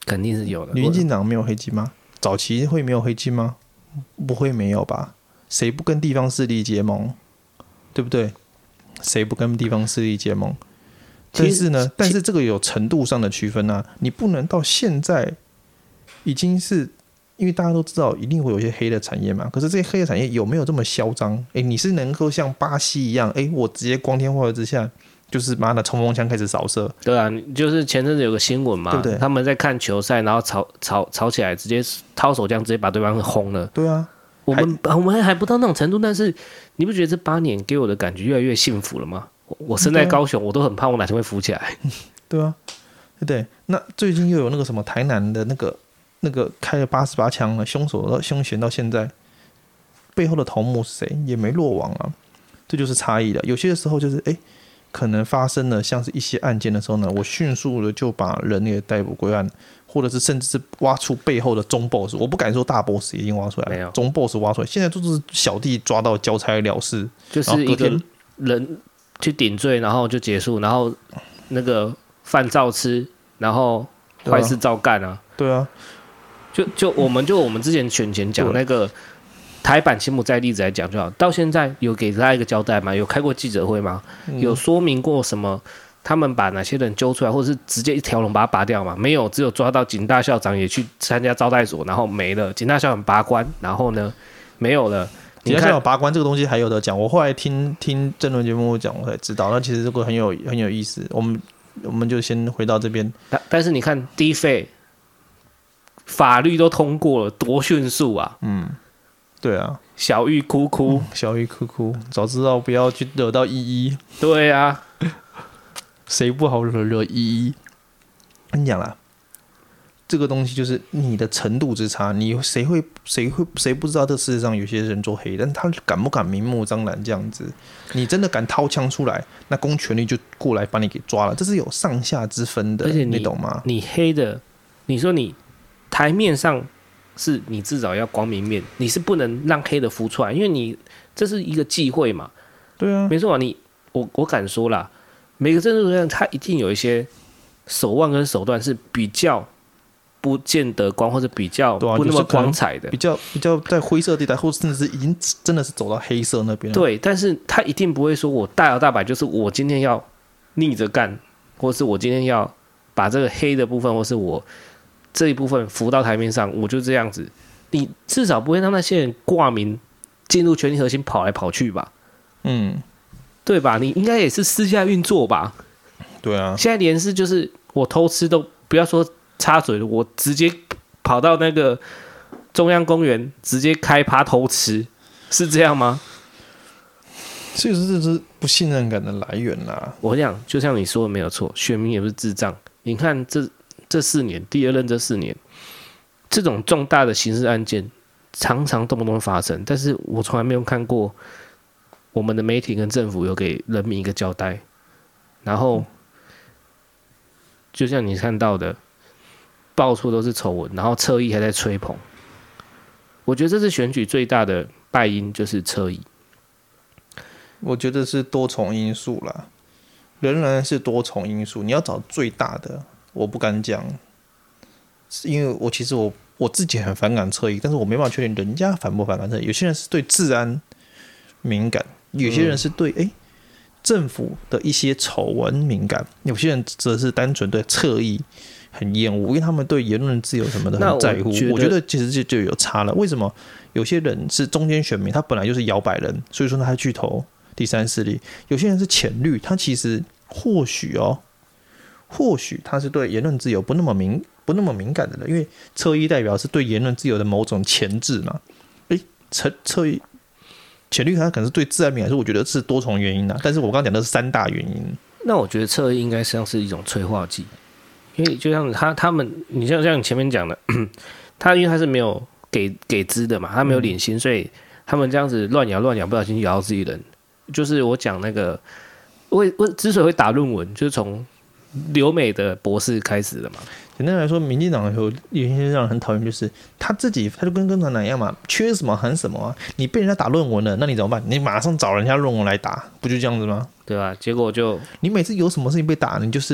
肯定是有的。 民进党没有黑金吗？早期会没有黑金吗？不会没有吧？谁不跟地方势力结盟？对不对？谁不跟地方势力结盟？但是呢，但是这个有程度上的区分啊，你不能到现在已经是，因为大家都知道一定会有一些黑的产业嘛，可是这些黑的产业有没有这么嚣张？哎，你是能够像巴西一样，哎，我直接光天化日之下，就是妈的冲锋枪开始扫射？ 对啊，就是前阵子有个新闻嘛， 对不对？ 他们在看球赛，然后吵吵吵起来，直接掏手枪，直接把对方轰了。 对啊， 我们我们还不到那种程度，但是你不觉得这八年给我的感觉越来越幸福了吗？我身在高雄，我都很怕我哪天会浮起来。 对啊，对不对？那最近又有那个什么台南的那个那个开了八十八枪了，凶手凶嫌到现在，背后的头目是谁？也没落网啊。这就是差异了。有些时候就是哎，可能发生了像是一些案件的时候呢，我迅速的就把人给逮捕归案，或者是甚至是挖出背后的中 boss。我不敢说大 boss 已经挖出来了，中 boss 挖出来，现在都是小弟抓到交差了事， 就是一个人去顶罪，然后就结束，然后那个饭照吃，然后坏事照干啊。 对啊， 就就我们就我们之前选前讲那个台版青木在例子来讲就好，到现在有给大家一个交代吗？有开过记者会吗？嗯、有说明过什么？他们把哪些人揪出来，或者是直接一条龙把他拔掉吗？没有，只有抓到警大校长也去参加招待所，然后没了。警大校长拔关，然后呢没有了。 警大校长拔关这个东西还有得讲，我后来听听政论节目讲，我才知道，那其实这个很有很有意思。我们我们就先回到这边。 但但是你看低费法律都通过了，多迅速啊！ 嗯，对啊， 小玉哭哭， 嗯、小玉哭哭，早知道不要去惹到依依。 对啊， 谁不好惹惹依依？跟你讲啦，这个东西就是你的程度之差，你谁会谁会谁不知道这世界上有些人做黑，但他敢不敢明目张胆这样子？你真的敢掏枪出来，那公权力就过来把你给抓了，这是有上下之分的， 而且 你, 你懂吗？ 你黑的，你说你台面上是你至少要光明面，你是不能让黑的浮出来，因为你这是一个忌讳嘛。 对啊， 没错，你我我敢说啦，每个政治人物他一定有一些手腕跟手段是比较不见得光，或者比较不那么光彩的， 啊就是、比较比较在灰色地带，或甚至是已经真的是走到黑色那边了。 对，但是他一定不会说我大摇大摆，就是我今天要逆着干，或是我今天要把这个黑的部分，或是我这一部分浮到台面上，我就这样子。你至少不会让那些人挂名进入权力核心跑来跑去吧？嗯，对吧？你应该也是私下运作吧？ 对啊， 现在连是就是我偷吃都不要说插嘴了，我直接跑到那个中央公园直接开趴偷吃，是这样吗？ 所以说这是不信任感的来源啦。 我讲就像你说的没有错，选民也不是智障。你看这这四年，第二任这四年，这种重大的刑事案件常常动不动发生，但是我从来没有看过我们的媒体跟政府有给人民一个交代，然后就像你看到的，爆出都是丑闻，然后侧翼还在吹捧。我觉得这次选举最大的败因就是侧翼。 我觉得是多重因素啦，仍然是多重因素。你要找最大的，我不敢讲，因为我其实我我自己很反感侧翼，但是我没办法确定人家反不反感侧翼。有些人是对治安敏感，有些人是对哎、嗯、政府的一些丑闻敏感，有些人则是单纯对侧翼很厌恶，因为他们对言论自由什么的很在乎。我, 我觉得其实就就有差了。为什么有些人是中间选民，他本来就是摇摆人，所以说他去投第三势力；有些人是浅绿，他其实或许哦，或许他是对言论自由不那么敏不那么敏感的人，因为侧翼代表是对言论自由的某种钳制嘛。哎，侧侧翼浅绿他可能是对治安敏感，所以我觉得是多重原因啊。但是我刚刚讲的是三大原因。 那我觉得侧翼应该像是一种催化剂。因为就像他他们，你像像你前面讲的，他因为他是没有给给资的嘛，他没有领薪，所以他们这样子乱咬乱咬，不小心咬到自己人。就是我讲那个，我我之所以会打论文，就是从留美的博士开始的嘛。 简单来说，民进党有有些让人很讨厌，就是他自己他就跟共产党一样嘛，缺什么喊什么啊。你被人家打论文了，那你怎么办？你马上找人家论文来打，不就这样子吗？ 对吧？结果就你每次有什么事情被打，你就是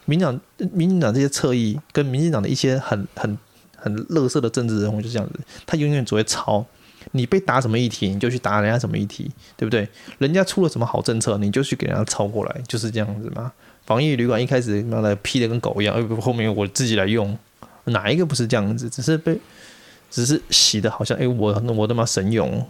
民进党民进党这些侧翼跟民进党的一些很很很垃圾的政治人物就这样子，他永远只会抄。你被打什么议题，你就去打人家什么议题，对不对？人家出了什么好政策，你就去给人家抄过来，就是这样子嘛。防疫旅馆一开始妈的批的跟狗一样，后面我自己来用，哪一个不是这样子？只是被只是洗的好像哎、欸，我我他妈神勇。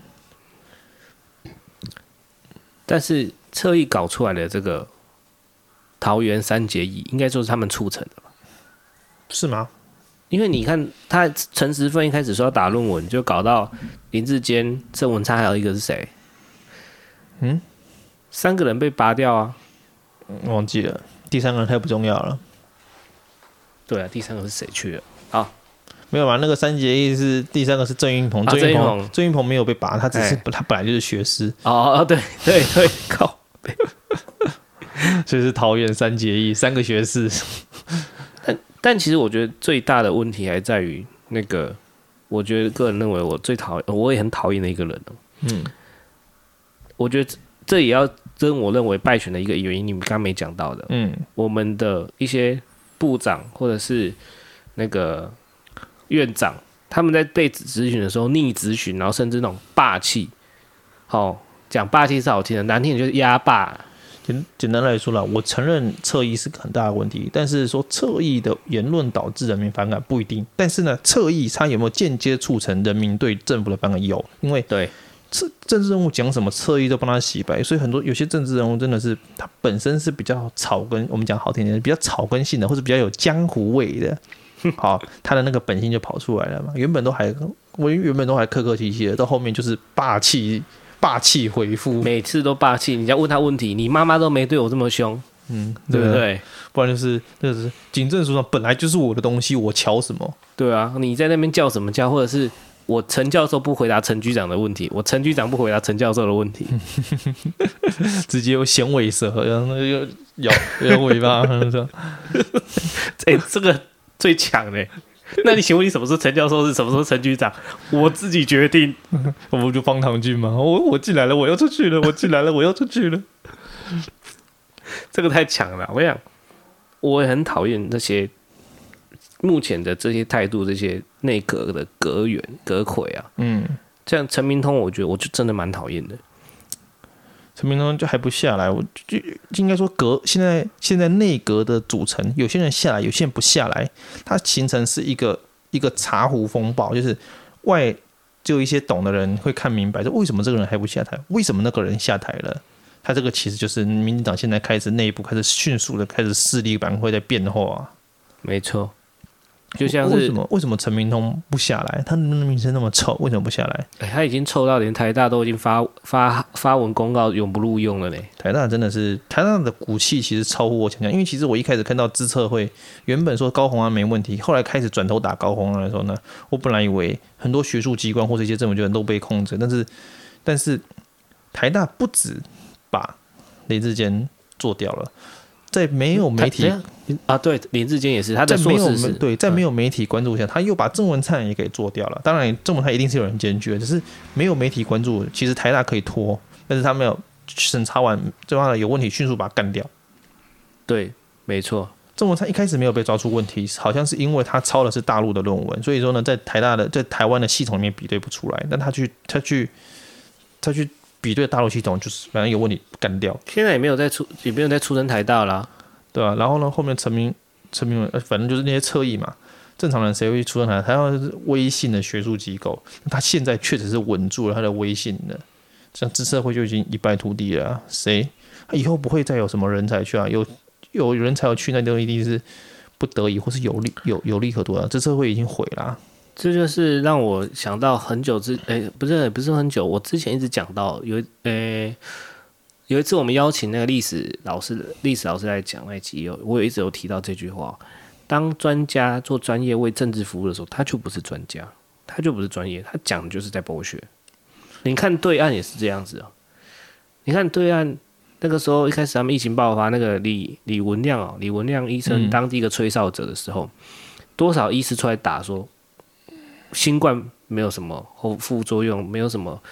但是侧翼搞出来的这个桃园三结义，应该就是他们促成的吧？ 是吗？ 因为你看，他陈时芬一开始说要打论文，就搞到林智坚、郑文灿，还有一个是谁？嗯，三个人被拔掉啊。 忘记了，第三个人太不重要了。 对啊，第三个是谁去了？好， 没有吧？那个三结义是第三个是郑运鹏，郑运鹏，郑运鹏没有被拔，他只是、欸、他本来就是学师。 哦哦，对对对，靠， 所以是桃园三结义，三个学士。 但但其实我觉得最大的问题还在于那个，我觉得个人认为我最讨我也很讨厌的一个人哦。嗯，我觉得这也要跟我认为败选的一个原因，你们刚刚没讲到的。嗯，我们的一些部长或者是那个院长，他们在被质询的时候逆质询，然后甚至那种霸气，好、哦、讲霸气是好听的，难听的就是压霸。 简简单来说啦，我承认侧翼是个很大的问题，但是说侧翼的言论导致人民反感不一定。但是呢，侧翼它有没有间接促成人民对政府的反感？有，因为对政治人物讲什么，侧翼都帮他洗白，所以很多有些政治人物真的是他本身是比较草根，我们讲好听点，比较草根性的，或者比较有江湖味的。好，他的那个本性就跑出来了嘛。原本都还我原本都还客客气气的，到后面就是霸气。霸气回复， 每次都霸气。你要问他问题，你妈妈都没对我这么凶，嗯，对不对？ 不然就是那是警政署长本来就是我的东西，我瞧什么？ 对啊，你在那边叫什么叫？或者是我陈教授不回答陈局长的问题，我陈局长不回答陈教授的问题， 直接有衔尾蛇，然后又摇摇尾巴， 哎、欸，这个最强嘞。那你请问你什么时候陈教授是什么时候陈局长？我自己决定。 我不就方唐俊吗？我我进来了，我要出去了，我进来了，我要出去了。 这个太强了，我想我也很讨厌那些目前的这些态度，这些内阁的阁员阁揆啊。嗯，像陈明通，我觉得我就真的蛮讨厌的。 陈明通就还不下来，我就应该说阁现在现在内阁的组成，有些人下来，有些人不下来，它形成是一个一个茶壶风暴，就是外就一些懂的人会看明白，说为什么这个人还不下台，为什么那个人下台了？他这个其实就是民进党现在开始内部开始迅速的开始势力板会在变化。 没错。就像是为什么为什么陈明通不下来？他的名声那么臭，为什么不下来？ 欸、他已经臭到连台大都已经发发发文公告永不录用了嘞。 台大真的是台大的骨气其实超乎我想象，因为其实我一开始看到资策会原本说高虹安没问题，后来开始转头打高虹安的时候呢，我本来以为很多学术机关或者一些政府机关都被控制，但是但是台大不止把林智坚做掉了。在没有媒体啊，对，林智坚也是，他的硕士是对，在没有媒体关注下，他又把郑文灿也给做掉了。当然，郑文灿一定是有人检举的，只是没有媒体关注。其实台大可以拖，但是他没有审查完，郑文灿有问题，迅速把他干掉。 对，没错。 郑文灿一开始没有被抓出问题，好像是因为他抄的是大陆的论文，所以说呢，在台大的在台湾的系统里面比对不出来，但他去他去他去。比对大陆系统就是反正有问题干掉， 现在也没有在出也没有在出征台大啦， 对吧、啊？然后呢，后面陈明陈明文反正就是那些侧翼嘛，正常人谁会去出征台大？台湾是微信的学术机构，他现在确实是稳住了他的微信的，像资策会就已经一败涂地了、啊，谁他以后不会再有什么人才去啊？有有人才有去，那都一定是不得已或是有利有有利可图啊，资策会已经毁了、啊。 这就是让我想到很久之，诶、欸，不是不是很久，我之前一直讲到有，诶、欸，有一次我们邀请那个历史老师，历史老师来讲那集，我有一直有提到这句话：当专家做专业为政治服务的时候，他就不是专家，他就不是专业，他讲的就是在剥削。你看对岸也是这样子哦，你看对岸那个时候一开始他们疫情爆发，那个李李文亮哦，李文亮医生当第一个吹哨者的时候，嗯、多少医师出来打说。新冠没有什么后副作用，没有什么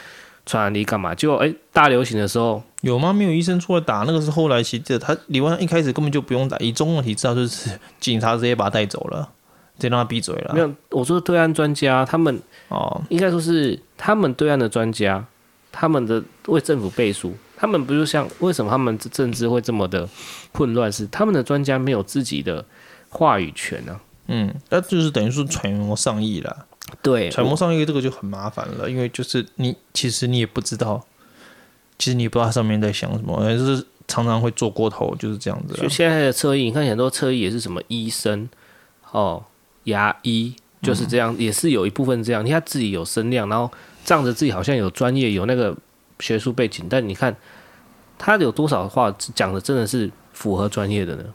传染力干嘛？结果哎，大流行的时候有吗？没有医生出来打，那个是后来其实他理论上一开始根本就不用打，以中问题知道就是警察直接把他带走了，直接让他闭嘴了。 没有，我说对岸专家他们哦，应该说是他们对岸的专家，他们的为政府背书，他们不就像为什么他们政治会这么的混乱？是他们的专家没有自己的话语权呢、啊？ 嗯，那就是等于说揣摩上意啦。 对， 揣摩上意这个就很麻烦了，因为就是你其实你也不知道。其实你也不知道他上面在想什么，就是常常会做过头，就是这样子、啊。 就现在的侧翼，你看很多侧翼也是什么医生、哦牙医，就是这样，嗯、也是有一部分这样。他自己有声量，然后仗着自己好像有专业、有那个学术背景，但你看他有多少话讲的真的是符合专业的呢？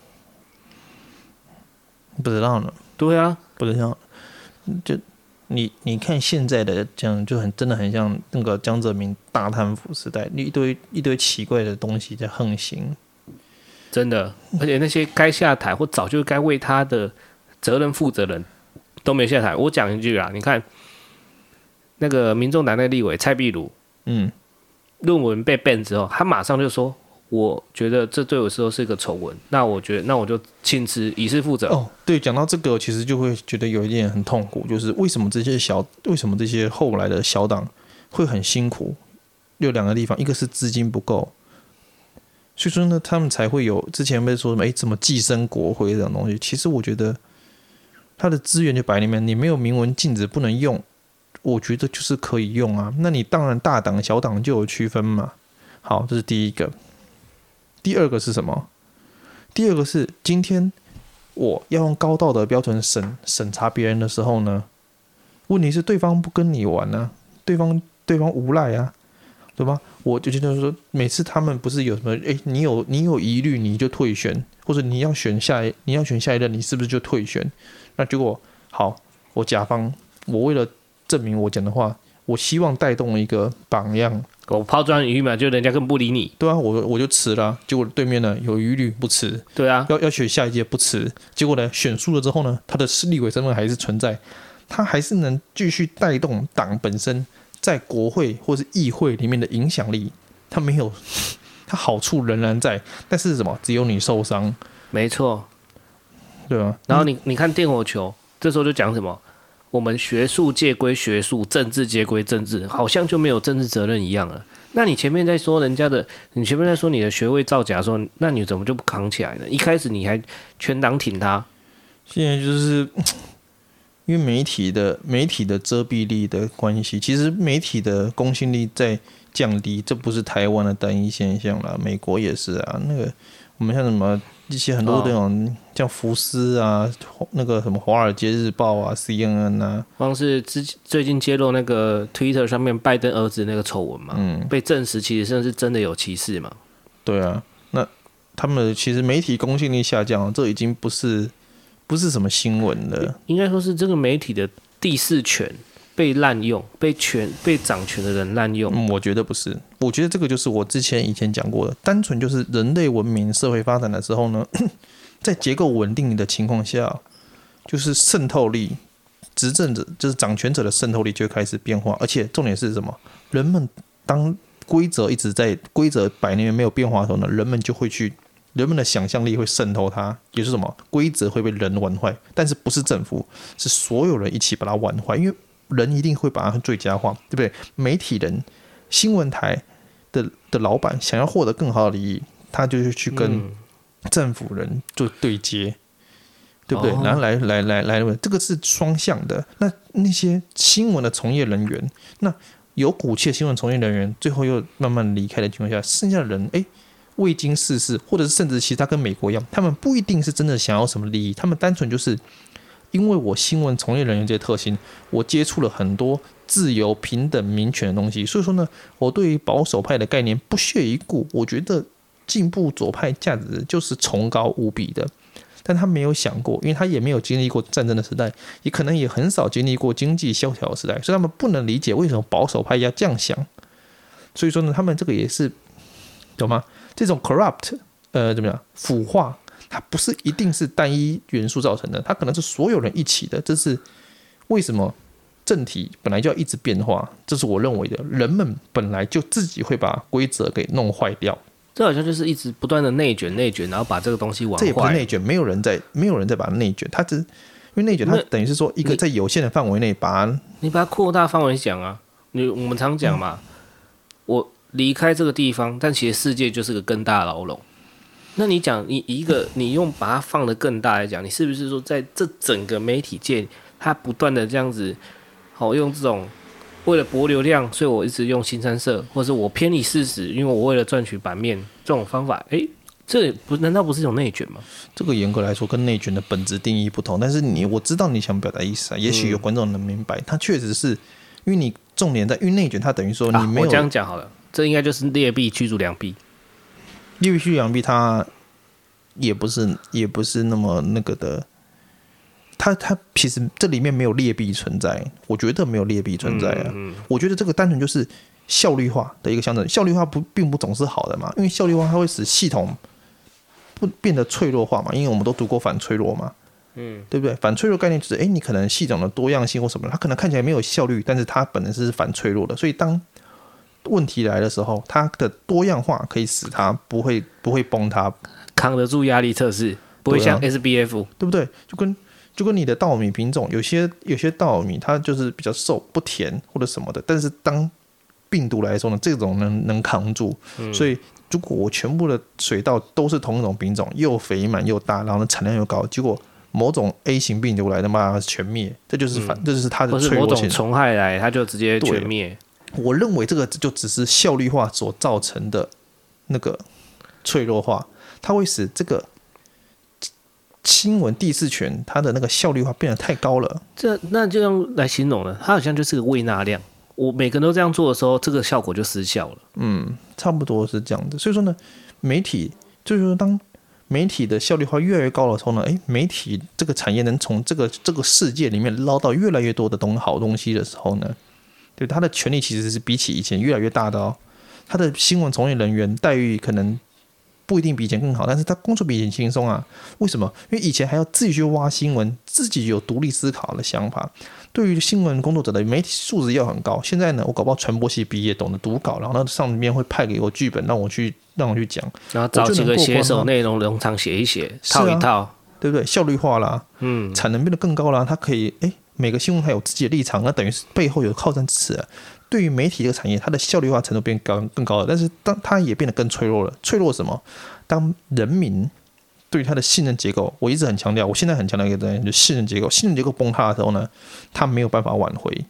不知道呢。 对啊， 不知道，就。你你看现在的这样就很真的很像那个江泽民大贪腐时代，一堆一堆奇怪的东西在横行， 真的，而且那些该下台或早就该为他的责任负责人都没下台。我讲一句啦，你看那个民众党那个立委蔡壁如，嗯，论文被 ban 之后，他马上就说。我觉得这对我说是个丑闻，那我觉得那我就请辞，以示负责。 哦，对，讲到这个，其实就会觉得有一点很痛苦，就是为什么这些小，为什么这些后来的小党会很辛苦？有两个地方，一个是资金不够，所以说呢，他们才会有之前被说什么，哎，怎么寄生国会这种东西。其实我觉得他的资源就摆里面，你没有明文禁止不能用，我觉得就是可以用啊。那你当然大党小党就有区分嘛。好，这是第一个。第二个是什么？第二个是今天我要用高道德标准审审查别人的时候呢，问题是对方不跟你玩啊，对方对方无赖啊，对吧？我就觉得说，每次他们不是有什么，哎，你有你有疑虑你就退选，或者你要选下一你要选下一任，你是不是就退选？那结果好，我甲方我为了证明我讲的话，我希望带动一个榜样。 我抛砖引玉嘛，就人家更不理你。 对啊，我我就辞了、啊，结果对面呢有疑虑不辞。 对啊， 要要选下一届不辞，结果呢选输了之后呢，他的立委身份还是存在，他还是能继续带动党本身在国会或是议会里面的影响力。他没有，他好处仍然在，但是什么？只有你受伤。 没错， 对啊。 然后你你看电火球，这时候就讲什么？我们学术界归学术，政治界归政治，好像就没有政治责任一样了。那你前面在说人家的，你前面在说你的学位造假的时候，那你怎么就不扛起来呢？一开始你还全党挺他， 现在就是因为媒体的媒体的遮蔽力的关系，其实媒体的公信力在降低，这不是台湾的单一现象啦，美国也是啊。那个我们像什么一些很多这种、哦、像福斯啊，那个什么《华尔街日报》啊 ，C N N 啊， 光是之最近揭露那个 Twitter 上面拜登儿子那个丑闻嘛，嗯，被证实其实是真的有歧视嘛。 对啊，那他们其实媒体公信力下降，这已经不是不是什么新闻了， 应该说是这个媒体的第四权被滥用，被权被掌权的人滥用、 嗯。我觉得不是，我觉得这个就是我之前以前讲过的，单纯就是人类文明社会发展的时候呢，在结构稳定的情况下，就是渗透力，执政者就是掌权者的渗透力就会开始变化，而且重点是什么？人们当规则一直在规则百年没有变化的时候呢，人们就会去。人们的想象力会渗透它，也就是什么规则会被人玩坏，但是不是政府，是所有人一起把它玩坏，因为人一定会把它最佳化，对不对？媒体人、新闻台 的, 的老板想要获得更好的利益，他就是去跟政府人做对接，对不对？然后来来来来，这个是双向的。那那些新闻的从业人员，那有骨气的新闻从业人员，最后又慢慢离开的情况下，剩下的人，哎。未经世事，或者是甚至其实他跟美国一样，他们不一定是真的想要什么利益，他们单纯就是因为我新闻从业人员这些特性，我接触了很多自由、平等、民权的东西，所以说呢，我对于保守派的概念不屑一顾。我觉得进步左派价值就是崇高无比的，但他没有想过，因为他也没有经历过战争的时代，也可能也很少经历过经济萧条的时代，所以他们不能理解为什么保守派要这样想。所以说呢，他们这个也是懂吗？这种 corrupt， 呃，怎么样？腐化，它不是一定是单一元素造成的，它可能是所有人一起的。这是为什么政体本来就要一直变化，这是我认为的。人们本来就自己会把规则给弄坏掉。 这好像就是一直不断的内卷内卷，然后把这个东西玩坏。 这也不是内卷，没有人在没有人在把它内卷，它只因为内卷，它等于是说一个在有限的范围内把它你把它扩大范围讲啊。你我们常讲嘛，嗯、我离开这个地方，但其实世界就是个更大的牢笼。那你讲你一个你用把它放得更大来讲，你是不是说在这整个媒体界，它不断的这样子，好用这种为了博流量，所以我一直用新三社，或者我偏离事实，因为我为了赚取版面这种方法，哎，这不难道不是一种内卷吗？ 这个严格来说跟内卷的本质定义不同，但是你我知道你想表达意思啊，也许有观众能明白，它确实是因为你重点在因为内卷，它等于说你没有、啊、 我这样讲好了，这应该就是劣币驱逐良币。 劣币驱逐良币，它也不是也不是那么那个的。它它其实这里面没有劣币存在，我觉得没有劣币存在啊。嗯嗯、我觉得这个单纯就是效率化的一个象征。效率化不并不总是好的嘛，因为效率化它会使系统不变得脆弱化嘛。因为我们都读过反脆弱嘛，嗯，对不对？反脆弱概念就是，哎，你可能系统的多样性或什么，它可能看起来没有效率，但是它本身是反脆弱的。所以当问题来的时候，它的多样化可以使它不会不会崩塌， 扛得住压力测试，不会像 S B F， 对不对？就跟就跟你的稻米品种，有些有些稻米它就是比较瘦不甜或者什么的，但是当病毒来的时候呢，这种能能扛住。嗯、所以如果我全部的水稻都是同一种品种，又肥满又大，然后呢产量又高，结果某种 A 型病毒来的嘛全灭，这就是反、嗯、这就是它的脆弱性。 或是某种虫害来，它就直接全灭。 我认为这个就只是效率化所造成的那个脆弱化，它会使这个新闻第四权它的那个效率化变得太高了。 这那这样来形容呢？它好像就是个喂纳量。我每个人都这样做的时候，这个效果就失效了。 嗯，差不多是这样的。所以说呢，媒体就是说，当媒体的效率化越来越高的时候呢，哎，媒体这个产业能从这个这个世界里面捞到越来越多的东好东西的时候呢，对它的权利其实是比起以前越来越大的哦。它的新闻从业人员待遇可能不一定比以前更好，但是他工作比以前轻松啊。为什么？因为以前还要自己去挖新闻，自己有独立思考的想法。对于新闻工作者的媒体素质要很高。现在呢，我搞不好传播系毕业，懂得读稿，然后上面会派给我剧本，让我去让我去讲， 然后找几个写手内容农场写一写，套一套， 啊、对不对？效率化啦，嗯，产能变得更高啦。它可以，哎，每个新闻还有自己的立场，那等于是背后有靠山支持啊。对于媒体这个产业，它的效率化程度变高更高了，但是当它也变得更脆弱了。脆弱什么？当人民对于它的信任结构，我一直很强调，我现在很强调一个东西，就是信任结构。信任结构崩塌的时候呢，它没有办法挽回，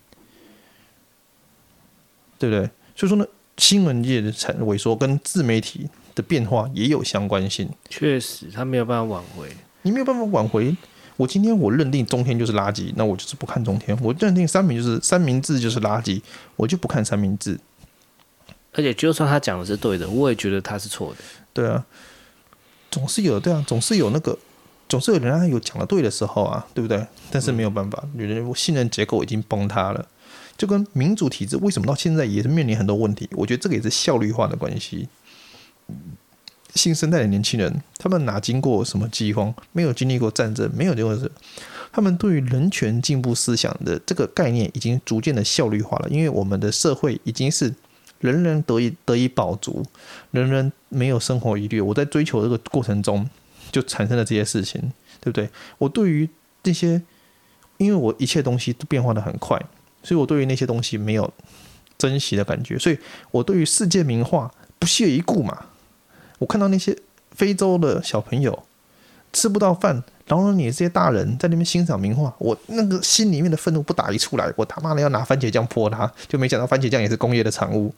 对不对？所以说呢，新闻业的萎缩跟自媒体的变化也有相关性。 确实，它没有办法挽回。 你没有办法挽回。我今天我认定中天就是垃圾，那我就是不看中天。我认定三明就是三明治就是垃圾，我就不看三明治。 而且就算他讲的是对的，我也觉得他是错的。 对啊，总是有对啊，总是有那个，总是有人家有讲的对的时候啊，对不对？但是没有办法，嗯、信任结构已经崩塌了。就跟民主体制为什么到现在也是面临很多问题？我觉得这个也是效率化的关系。新生代的年轻人，他们哪经过什么饥荒，没有经历过战争，没有经过这，他们对于人权进步思想的这个概念已经逐渐的效率化了。因为我们的社会已经是人人得以得以饱足，人人没有生活疑虑。我在追求这个过程中，就产生了这些事情，对不对？我对于这些，因为我一切东西都变化的很快，所以我对于那些东西没有珍惜的感觉，所以我对于世界名画不屑一顾嘛。我看到那些非洲的小朋友吃不到饭，然后你这些大人在那边欣赏名画，我那个心里面的愤怒不打一处来，我他妈的要拿番茄酱泼他，就没想到番茄酱也是工业的产物。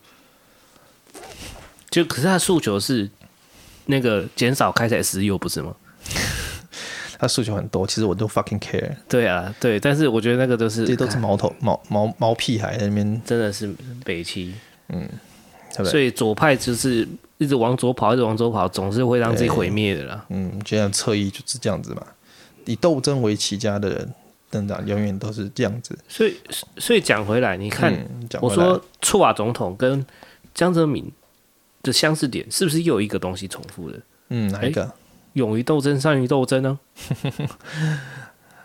就可是他的诉求是那个减少开采石油，不是吗？ 他诉求很多，其实我都 fucking care。 对啊，对，但是我觉得那个都是这些都是毛头毛毛毛屁孩在那边， 真的是北七，嗯，所以左派就是一直往左跑，一直往左跑，总是会让自己毁灭的啦。 嗯，就像侧翼就是这样子嘛，以斗争为起家的人，等等，永远都是这样子。 所以，所以讲回来，你看，嗯、我说错瓦总统跟江泽民的相似点，是不是又有一个东西重复的？ 嗯，哪一个？ 勇于斗争，善于斗争呢？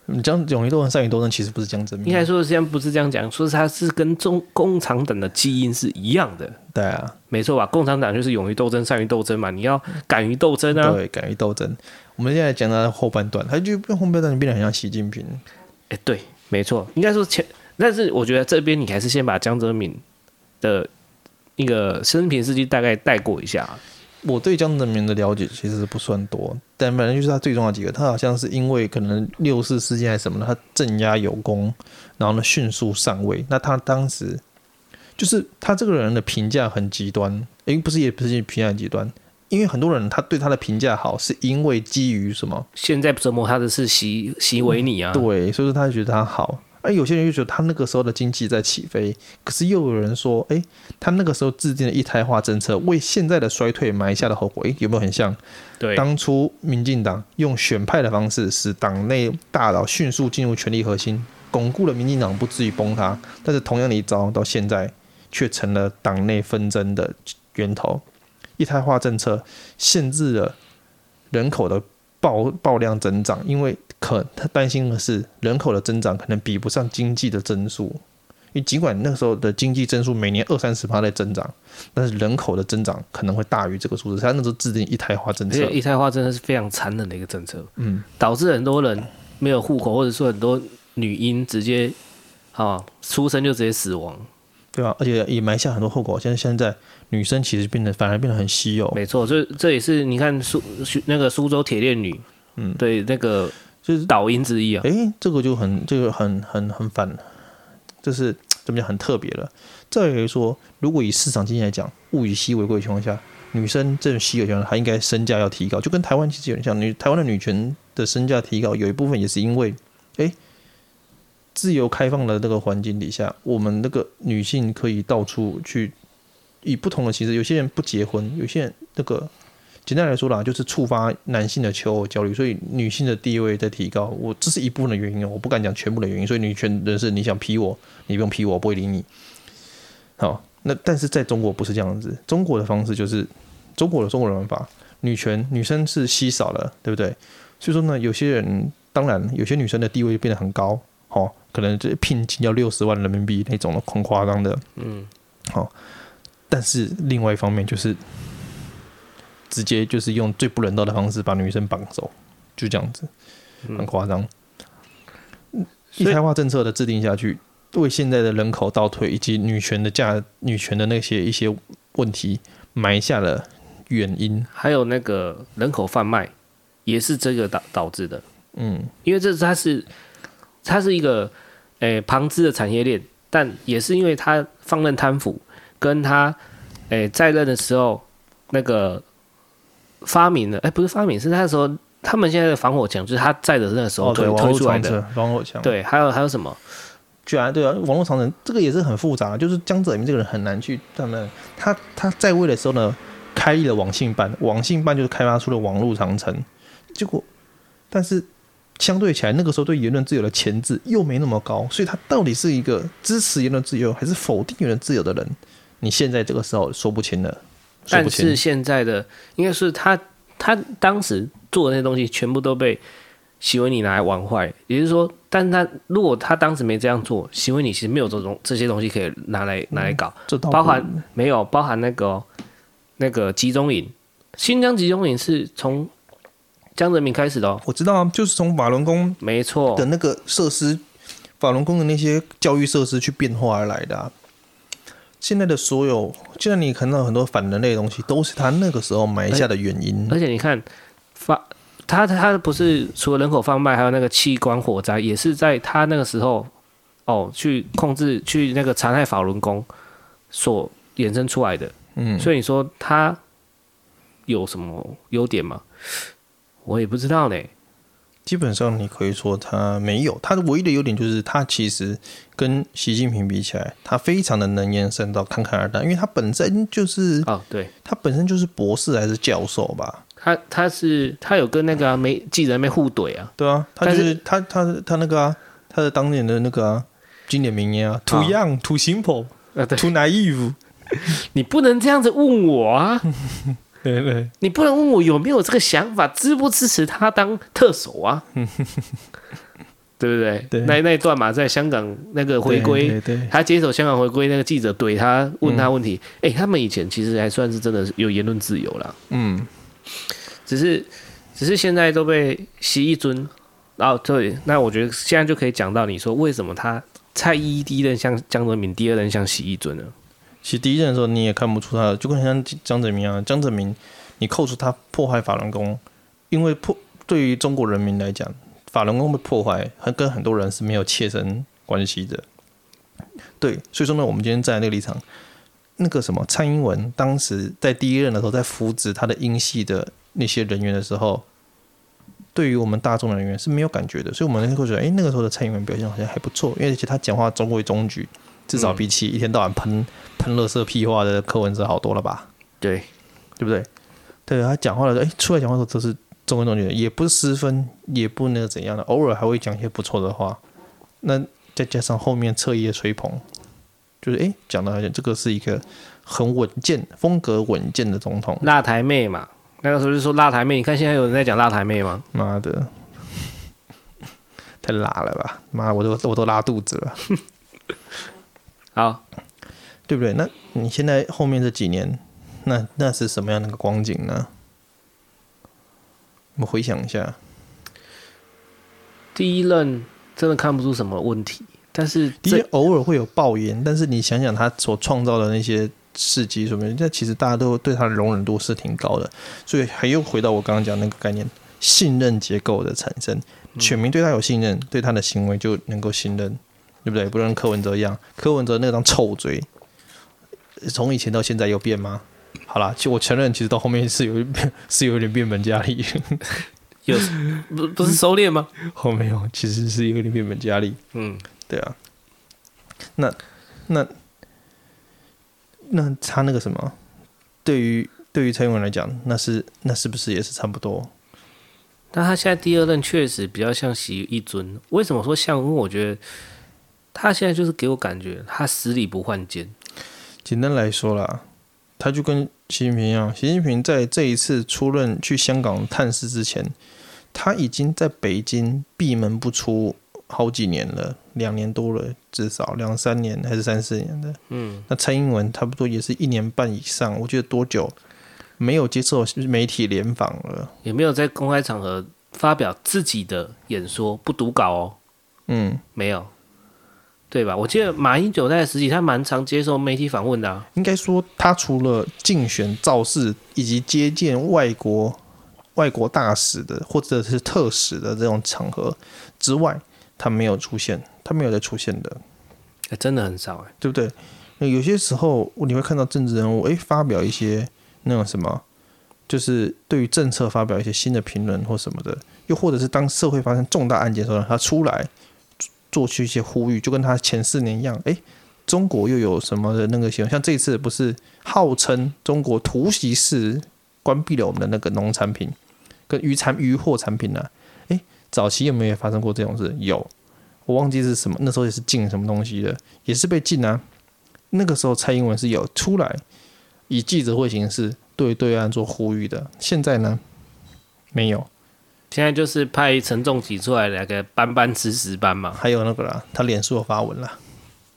你讲勇于斗争、善于斗争，其实不是江泽民。 应该说现在不是这样讲，说他是跟中共产党的基因是一样的。 对啊， 没错吧？共产党就是勇于斗争、善于斗争嘛，你要敢于斗争啊。 对，敢于斗争。我们现在讲到后半段，他就用后半段变得很像习近平。 哎、欸，对，没错，应该说前，但是我觉得这边你还是先把江泽民的一个生平事迹大概带过一下。 我对江泽民的了解其实不算多，但反正就是他最重要的几个，他好像是因为可能六四事件还是什么的，他镇压有功，然后呢迅速上位。那他当时就是他这个人的评价很极端，诶，不是也不是评价很极端，因为很多人他对他的评价好，是因为基于什么？ 现在折磨他的是习习维尼啊， 对，所以说他觉得他好。而有些人就觉得他那个时候的经济在起飞，可是又有人说，哎，他那个时候制定的一胎化政策为现在的衰退埋下的后果，哎，有没有很像？ 对， 当初民进党用选派的方式，使党内大佬迅速进入权力核心，巩固了民进党不至于崩塌。但是同样的一招，到现在却成了党内纷争的源头。一胎化政策限制了人口的爆爆量增长，因为可他担心的是人口的增长可能比不上经济的增速，因为尽管那个时候的经济增速每年二三十趴在增长，但是人口的增长可能会大于这个数字。他那时候制定一胎化政策， 而且一胎化真的是非常残忍的一个政策， 嗯， 导致很多人没有户口，或者说很多女婴直接啊出生就直接死亡， 对吧、啊？而且也埋下很多后果。现在现在女生其实变得反而变得很稀有， 没错，这这也是你看苏那个苏州铁链女，嗯，对那个。就是导因之一啊， 哎，这个就很这个很很很反，就是怎么讲很特别了。再来说，如果以市场经济来讲，物以稀为贵的情况下，女生这种稀有情况下，她应该身价要提高，就跟台湾其实有点像。女台湾的女权的身价提高，有一部分也是因为，哎，自由开放的这个环境底下，我们那个女性可以到处去以不同的形式，有些人不结婚，有些人那个。简单来说啦，就是触发男性的求偶焦虑，所以女性的地位在提高。我这是一部分的原因，我不敢讲全部的原因。所以女权人士，你想批我，你不用批我，我不会理你。好，那但是在中国不是这样子，中国的方式就是中国的中国人法，女权女生是稀少了，对不对？所以说呢，有些人当然有些女生的地位变得很高，哦，可能这聘金要六十万人民币那种的，很夸张的，嗯，好，但是另外一方面就是。直接就是用最不人道的方式把女生绑走，就这样子，很夸张。一胎化政策的制定下去，为现在的人口倒退以及女权的价、女权的那些一些问题埋下了原因。 还有那个人口贩卖，也是这个导导致的。 嗯， 因为这它是它是一个诶旁支的产业链，但也是因为他放任贪腐，跟他诶在任的时候那个。发明的，哎，不是发明，是那时候他们现在的防火墙，就是他在的那个时候推、哦、推出来的防火墙。 对，还有还有什么？ 居然对啊，网络长城这个也是很复杂，就是江泽民这个人很难去他们他他在位的时候呢，开立了网信办，网信办就是开发出了网络长城，结果但是相对起来，那个时候对言论自由的钳制又没那么高，所以他到底是一个支持言论自由还是否定言论自由的人，你现在这个时候说不清了。 但是现在的应该是他，他当时做的那些东西全部都被习维尼拿来玩坏，也就是说，但是他如果他当时没这样做，习维尼其实没有这种这些东西可以拿来拿来搞， 嗯、 包含没有包含那个、哦、那个集中营，新疆集中营是从江泽民开始的哦， 我知道啊，就是从法轮功没错的那个设施，法轮功的那些教育设施去变化而来的、啊。现在的所有，现在你看到很多反人类的东西，都是他那个时候埋下的原因。 而且你看，发他他不是除了人口贩卖，还有那个器官火灾，也是在他那个时候哦去控制、去那个残害法轮功所衍生出来的。嗯，所以你说他有什么优点吗？我也不知道呢。 基本上你可以说他没有，他的唯一的优点就是他其实跟习近平比起来，他非常的能言善道、侃侃而谈，因为他本身就是哦，对， 他本身就是博士还是教授吧？ 他他是他有跟那个、啊、没记者那边互怼啊， 对啊，他就是他他他那个啊，他的当年的那个、啊、经典名言啊 ，too young, too simple, too naive， 你不能这样子问我啊。 对对， 你不能问我有没有这个想法，支不支持他当特首啊？ 对不对？ 对那那一段嘛，在香港那个回归，他接手香港回归，那个记者怼他，问他问题。哎、嗯欸，他们以前其实还算是真的有言论自由啦。嗯，只是只是现在都被习一尊。然后对，那我觉得现在就可以讲到你说为什么他蔡依依第一任像江泽民，第二任像习一尊呢？ 其实第一任的时候你也看不出他，就跟像江泽民啊，江泽民你扣除他破坏法轮功，因为破对于中国人民来讲。法轮功被破坏，跟很多人是没有切身关系的。对，所以说呢，我们今天站在那个立场，那个什么蔡英文当时在第一任的时候，在扶植他的英系的那些人员的时候，对于我们大众的人员是没有感觉的，所以我们会觉得，哎，那个时候的蔡英文表现好像还不错，因为其实他讲话中规中矩，至少比起一天到晚喷喷垃圾屁话的柯文哲好多了吧？ 对， 对不对？对，他讲话的时候，哎，出来讲话的时候都是。中规中矩的，也不失分，也不那个怎样的，偶尔还会讲一些不错的话。那再加上后面侧翼的吹捧，就是哎，讲的好像这个是一个很稳健、风格稳健的总统。 辣台妹嘛，那个时候就说辣台妹，你看现在有人在讲辣台妹吗？ 妈的，太辣了吧！妈，我都我都拉肚子了。 好， 对不对？那你现在后面这几年，那那是什么样的一个光景呢？我们回想一下， 第一任真的看不出什么问题，但是第一偶尔会有爆言，但是你想想他所创造的那些事迹什么，那其实大家都对他的容忍度是挺高的，所以还又回到我刚刚讲那个概念，信任结构的产生，选民对他有信任，对他的行为就能够信任，对不对？不能柯文哲一样，柯文哲那张臭嘴，从以前到现在有变吗？好啦，我承认，其实到后面是有是有点变本加厉， 有不不是收敛吗？ 后面有，其实是有点变本加厉。嗯，对啊。那那那他那个什么，对于对于蔡英文来讲，那是那是不是也是差不多？ 但他现在第二任确实比较像习一尊。为什么说像？因为我觉得他现在就是给我感觉，他死里不换肩。 简单来说啦。他就跟习近平一样，习近平在这一次出任去香港探视之前，他已经在北京闭门不出好几年了，两年多了，至少两三年还是三四年的。嗯，那蔡英文差不多也是一年半以上，我记得多久没有接受媒体联访了， 也没有在公开场合发表自己的演说，不读稿哦。嗯，没有。对吧？我记得马英九在时期，他蛮常接受媒体访问的、啊。 应该说，他除了竞选造势以及接见外国外国大使的或者是特使的这种场合之外，他没有出现，他没有再出现的。 欸、真的很少哎、欸， 对不对？那有些时候你会看到政治人物哎发表一些那种什么，就是对于政策发表一些新的评论或什么的，又或者是当社会发生重大案件的时候，他出来。做出一些呼吁，就跟他前四年一样，哎，中国又有什么的那个新闻？像这一次不是号称中国突袭式关闭了我们的那个农产品跟渔产渔获产品呢、啊？哎，早期有没有发生过这种事？有，我忘记是什么，那时候也是禁什么东西的，也是被禁啊。那个时候蔡英文是有出来以记者会形式对对岸做呼吁的，现在呢没有。 现在就是派陈仲基出来来个班班吃屎班嘛， 还有那个啦，他脸书有发文啦。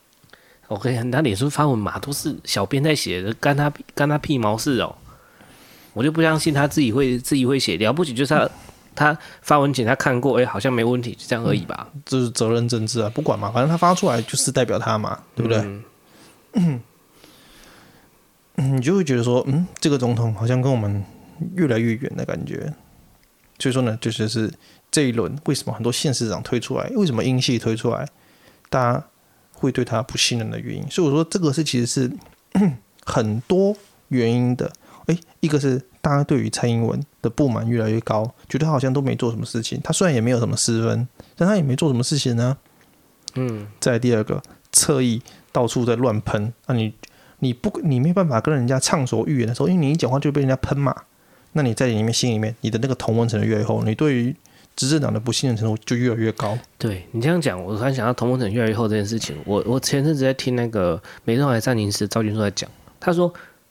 OK， 他脸书发文嘛，都是小编在写的，干他干他屁毛事哦！我就不相信他自己会自己会写，了不起就是他、嗯、他发文前他看过，哎、欸，好像没问题，就这样而已吧。 这、嗯就是责任政治啊，不管嘛，反正他发出来就是代表他嘛，对不对？嗯，嗯你就会觉得说，嗯，这个总统好像跟我们越来越远的感觉。所以说呢，就是是这一轮为什么很多县市长推出来，为什么英系推出来，大家会对他不信任的原因。所以我说这个是其实是很多原因的。哎，一个是大家对于蔡英文的不满越来越高，觉得他好像都没做什么事情。他虽然也没有什么失分，但他也没做什么事情呢。嗯。再来第二个，侧翼到处在乱喷啊你，你不你没办法跟人家畅所欲言的时候，因为你一讲话就被人家喷嘛。那你在里面心里面，你的那个同温层越来越厚，你对于执政党的不信任程度就越来越高。 对你这样讲，我突然想到同温层越来越厚这件事情。我我前阵子在听那个美中海战宁时赵军硕在讲，他说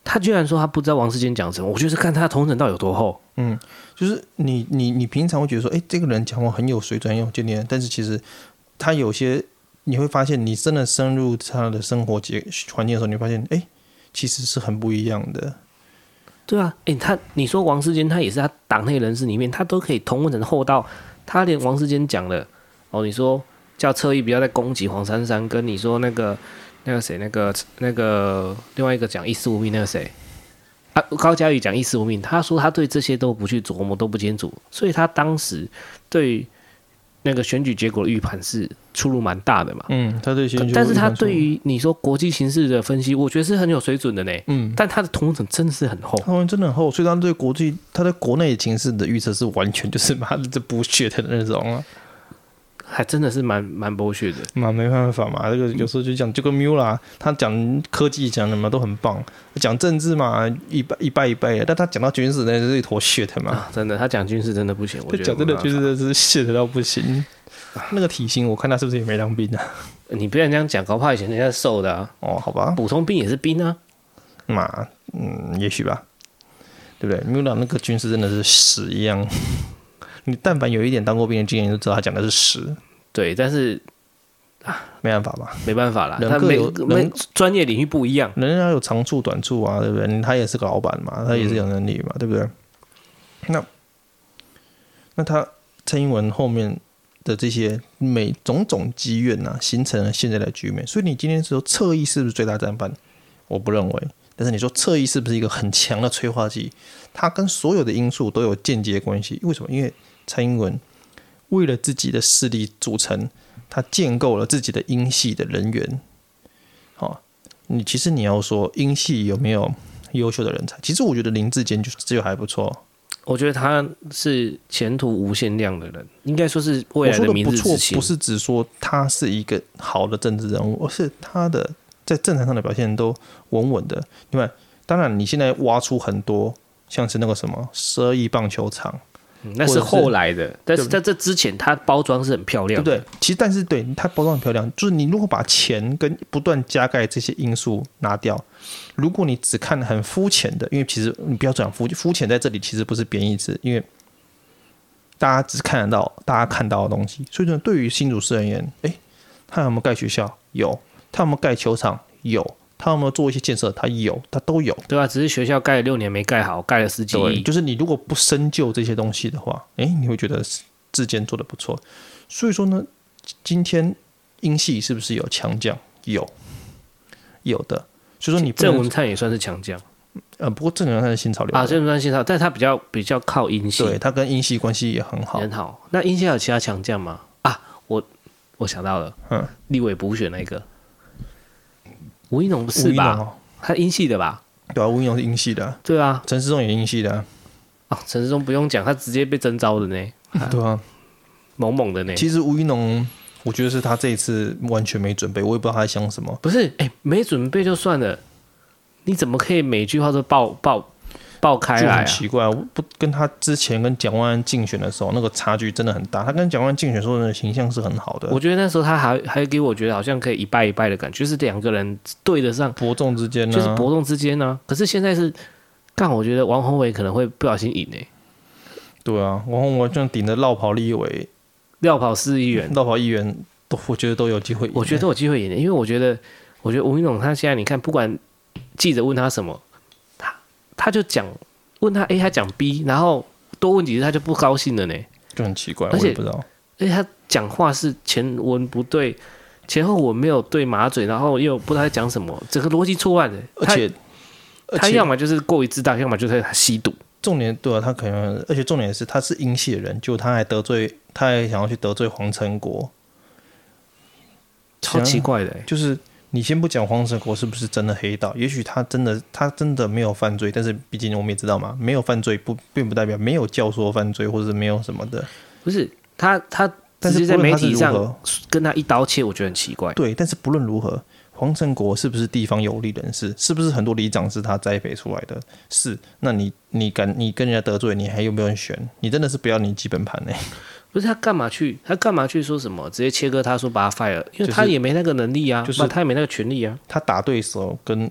他居然说他不知道王世坚讲什么，我觉得是看他的同整到底有多厚。 嗯，就是你你你平常会觉得说，哎，这个人讲话很有水准，很有见地，但是其实他有些你会发现，你真的深入他的生活节环境的时候，你会发现，哎，其实是很不一样的。 对啊，哎，他你说王世坚，他也是他党内人士里面，他都可以同温层厚到，他连王世坚讲的哦，你说叫侧翼不要再攻击黄珊珊，跟你说那个那个谁，那个那个另外一个讲一丝无命那个谁啊，高嘉瑜讲一丝无命，他说他对这些都不去琢磨，都不清楚，所以他当时对那个选举结果的预判是出入蛮大的嘛。 嗯，他对选举， 但是他对于你说国际形势的分析，我觉得是很有水准的呢。 嗯， 但他的同层真的是很厚， 他真的很厚，所以他对国际、他对国内情势的预测是完全就是妈的这不屑的那种啊。 还真的是蛮蛮剥削的， 嘛没办法嘛，这个有时候就讲就跟 Mula 他讲科技讲的嘛都很棒，讲政治嘛一拜一拜一拜的，但他讲到军事那是一坨 shit 嘛、 啊，真的，他讲军事真的不行，我觉得讲真的军事真的是 shit 到不行。那个体型我看他是不是也没当兵啊？ 你不要这样讲，搞不好以前人家是瘦的啊。 哦，好吧， 普通兵也是兵啊。 嘛，嗯，也许吧，对不对 ？Mula 那个军事真的是屎一样。你但凡有一点当过兵的经验，就知道他讲的是屎。 对，但是啊， 没办法嘛， 没办法啦， 人各有人专业领域不一样， 人家有长处短处啊，对不对？他也是个老板嘛，他也是有能力嘛，嗯、对不对？那那他蔡英文后面的这些每种种积怨啊，形成了现在的局面。所以你今天说侧翼是不是最大战犯？我不认为。但是你说侧翼是不是一个很强的催化剂？它跟所有的因素都有间接关系。为什么？因为蔡英文为了自己的势力组成，他建构了自己的英系的人员。好，你其实你要说英系有没有优秀的人才？其实我觉得林智坚就就还不错。 我觉得他是前途无限量的人，应该说是未来的明日之星。 我说的不错，不是只说他是一个好的政治人物，而是他的在政坛上的表现都稳稳的。另外，当然你现在挖出很多像是那个什么十二亿棒球场。 嗯、那是后来的，但是在这之前，它包装是很漂亮的， 对不对？其实，但是对它包装很漂亮，就是你如果把钱跟不断加盖这些因素拿掉，如果你只看很肤浅的，因为其实你不要讲肤肤浅，在这里其实不是贬义词，因为大家只看得到大家看到的东西，所以说对于新竹市而言，哎，他有没有盖学校？有，他有没有盖球场？有。他有没有做一些建设？他有，他都有， 对啊，只是学校盖了六年没盖好，盖了十几亿。 就是你如果不深究这些东西的话，哎，你会觉得智坚做的不错。所以说呢，今天英系是不是有强将？有，有的。所以说你郑文灿也算是强将， 呃，不过郑文灿是新潮流啊，郑文灿新潮，但他比较比较靠英系， 对他跟英系关系也很好， 很好。那英系还有其他强将吗？啊，我我想到了，嗯，立委补选那个。吴怡农不是吧？哦、他英系的吧？ 对啊，吴怡农是英系的、啊。 对啊， 陈时中也英系的、啊。 哦，陈时中不用讲，他直接被征召的呢。 啊对啊， 猛猛的呢。 其实吴怡农，我觉得是他这一次完全没准备，我也不知道他在想什么。 不是，哎、欸，没准备就算了，你怎么可以每句话都爆爆爆开来、啊？ 就很奇怪，不跟他之前跟蒋万安竞选的时候那个差距真的很大。他跟蒋万安竞选时候的形象是很好的， 我觉得那时候他还还给我觉得好像可以一败一败的感觉，就是两个人对得上， 伯仲之间呢、啊， 就是伯仲之间呢、啊。可是现在是，干我觉得王宏伟可能会不小心赢诶、欸。 对啊，王宏伟这样顶着绕跑立委、 绕跑市议员、 绕跑议员都，我觉得都有机会赢、欸。 我觉得都有机会赢的、欸，因为我觉得，我觉得吴怡农他现在你看，不管记者问他什么，他他就讲。问他 A， 他讲 B， 然后多问几次他就不高兴了呢， 就很奇怪， 而且我也不知道。 而且他讲话是前文不对，前后文没有对马嘴，然后又不知道在讲什么，整个逻辑错乱的。 而且他要么就是过于自大，要么就是他吸毒。 重点对啊，他可能，而且重点是他是英系的人，就他还得罪，他还想要去得罪黄成国， 超奇怪的、欸， 就是。你先不讲黄成国是不是真的黑道，也许他真的他真的没有犯罪，但是毕竟我们也知道嘛，没有犯罪不并不代表没有教唆犯罪，或者是没有什么的。 不是他他只是在媒体上跟他一刀切，我觉得很奇怪。 对，但是不论如何，黄成国是不是地方有利人士？是不是很多里长是他栽培出来的？是，那你你敢你跟人家得罪，你还有没有人选？你真的是不要你基本盘呢、欸？ 不是他干嘛去？他干嘛去说什么？直接切割他说把他 fire， 因为他也没那个能力啊，就是他也没那个权利啊。 他打对手跟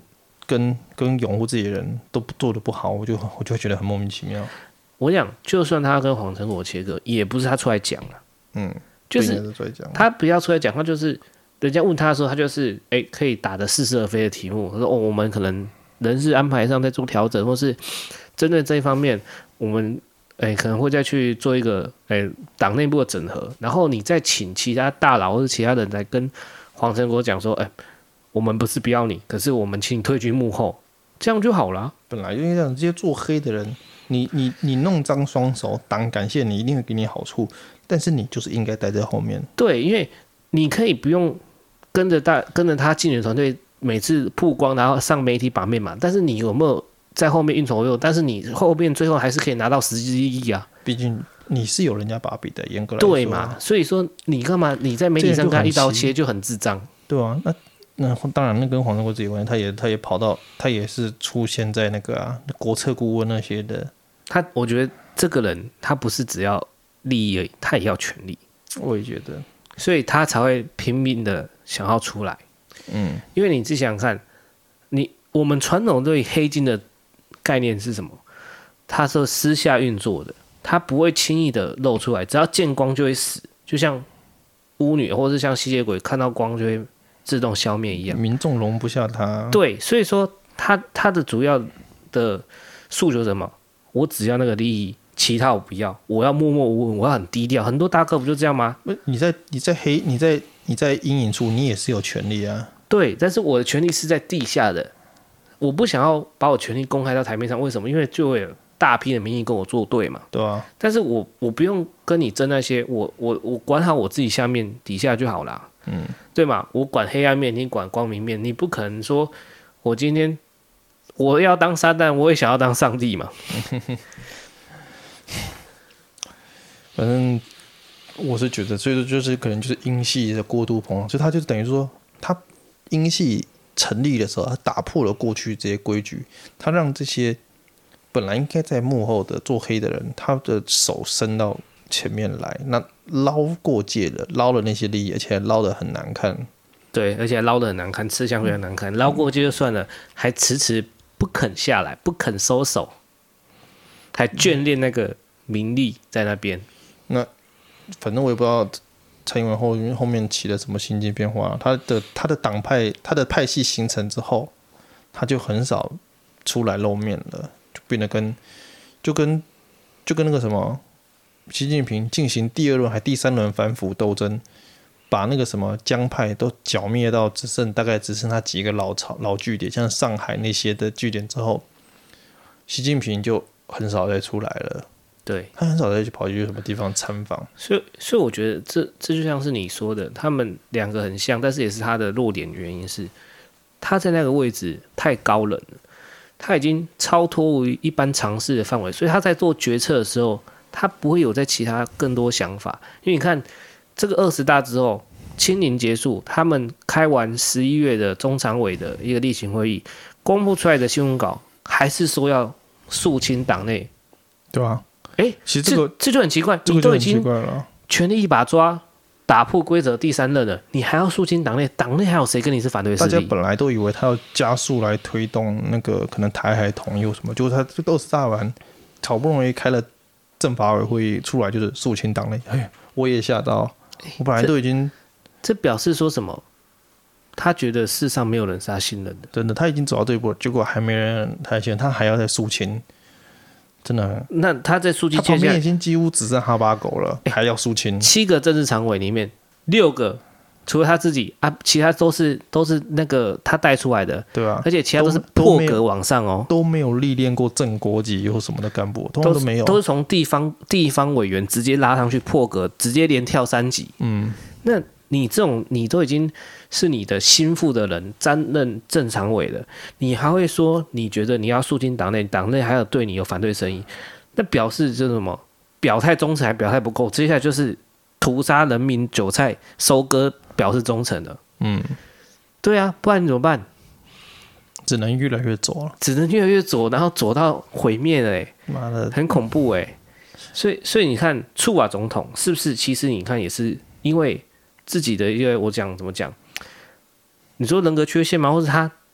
跟跟拥护自己的人都做的不好，我就我就会觉得很莫名其妙。 我讲，就算他跟黄成国切割，也不是他出来讲啊， 嗯， 就是他不要出来讲，他就是人家问他的时候，他就是哎、欸、可以打得似是而非的题目，他说哦，我们可能人事安排上在做调整，或是针对这一方面，我们哎、欸、可能会再去做一个哎党内部的整合，然后你再请其他大佬或者其他人来跟黄成国讲说，哎、欸，我们不是不要你，可是我们请你退居幕后，这样就好了。 本来因为这样，这些做黑的人。你你你弄脏双手，党感谢你一定会给你好处，但是你就是应该待在后面。 对，因为你可以不用跟着大跟着他竞选团队每次曝光，然后上媒体版面嘛。但是你有没有在后面运筹帷幄？但是你后面最后还是可以拿到实际利益啊。 毕竟你是有人家把柄的，严格来说。 对嘛？所以说你干嘛？你在媒体上跟他一刀切就很智障。 对啊，那。那当然，那跟黄成国自己有关系，他也他也跑到，他也是出现在那个啊国策顾问那些的。 他我觉得这个人他不是只要利益而已，他也要权利。 我也觉得， 所以他才会拼命的想要出来。嗯，因为你自己想想看，你我们传统对黑金的概念是什么？他是私下运作的，他不会轻易的露出来，只要见光就会死，就像巫女或是像吸血鬼看到光就会自动消灭一样， 民众容不下他。 对，所以说他他的主要的诉求是什么？我只要那个利益，其他我不要，我要默默无闻，我要很低调。很多大哥不就这样吗？ 你在你在黑你在你在阴影处，你也是有权利啊。 对，但是我的权利是在地下的，我不想要把我权利公开到台面上。为什么？因为就会有大批的民意跟我作对嘛。 对啊。 但是我我不用跟你争那些，我我我管好我自己下面底下就好啦。嗯，对嘛？我管黑暗面，你管光明面，你不可能说我今天我要当撒旦，我也想要当上帝嘛。 反正我是觉得，所以说就是可能就是英系的过度膨胀，所以他就等于说，他英系成立的时候，他打破了过去这些规矩，他让这些本来应该在幕后的做黑的人，他的手伸到前面来，那捞过界了，捞了那些利益，而且还捞得很难看。 对，而且捞得很难看，吃相非常难看。捞过界就算了，还迟迟不肯下来，不肯收手，还眷恋那个名利在那边。 那反正我也不知道蔡英文后后面起了什么心境变化，他的他的党派他的派系形成之后，他就很少出来露面了，就变得跟就跟就跟那个什么。习近平进行第二轮还第三轮反腐斗争，把那个什么江派都剿灭到只剩大概只剩他几个老巢老据点，像上海那些的据点之后，习近平就很少再出来了。 对， 他很少再去跑去什么地方参访。 所以，所以我觉得这这就像是你说的，他们两个很像，但是也是他的弱点。原因是他在那个位置太高冷了，他已经超脱于一般常识的范围，所以他在做决策的时候。他不会有在其他更多想法，因为你看这个二十大之后，清零结束，他们开完十一月的中常委的一个例行会议，公布出来的新闻稿还是说要肃清党内， 对啊， 哎、欸， 其实这个这, 这就很奇怪， 这个就很奇怪了， 你都已经权力一把抓，打破规则第三任了，你还要肃清党内，党内还有谁跟你是反对势力？ 大家本来都以为他要加速来推动那个可能台海统一或什么，结果他这个二十大完，好不容易开了。政法委会议出来就是肃清党内，哎，我也吓到，我本来都已经这，这表示说什么？他觉得世上没有人是他信任的， 真的，他已经走到这一步了，结果还没人台前，他还要再肃清，真的。 那他在肃清， 他旁边已经几乎只剩哈巴狗了，还要肃清。 七个政治常委里面，六个除了他自己啊，其他都是都是那个他带出来的， 对啊， 而且其他都是破格往上哦， 都没有历练过正国级或什么的干部，通常都没有， 都是从地方地方委员直接拉上去破格，直接连跳三级。嗯，那你这种你都已经是你的心腹的人担任正常委了，你还会说你觉得你要肃清党内，党内还有对你有反对声音，那表示就是什么？表态忠诚还表态不够，接下来就是屠杀人民韭菜，收割表示忠诚的。嗯，对啊，不然你怎么办？ 只能越来越左了， 只能越来越左，然后左到毁灭了、欸， 妈的， 很恐怖哎、欸。所以，所以你看，触瓦总统是不是？其实你看也是因为自己的一个，我讲怎么讲？你说人格缺陷吗？或者他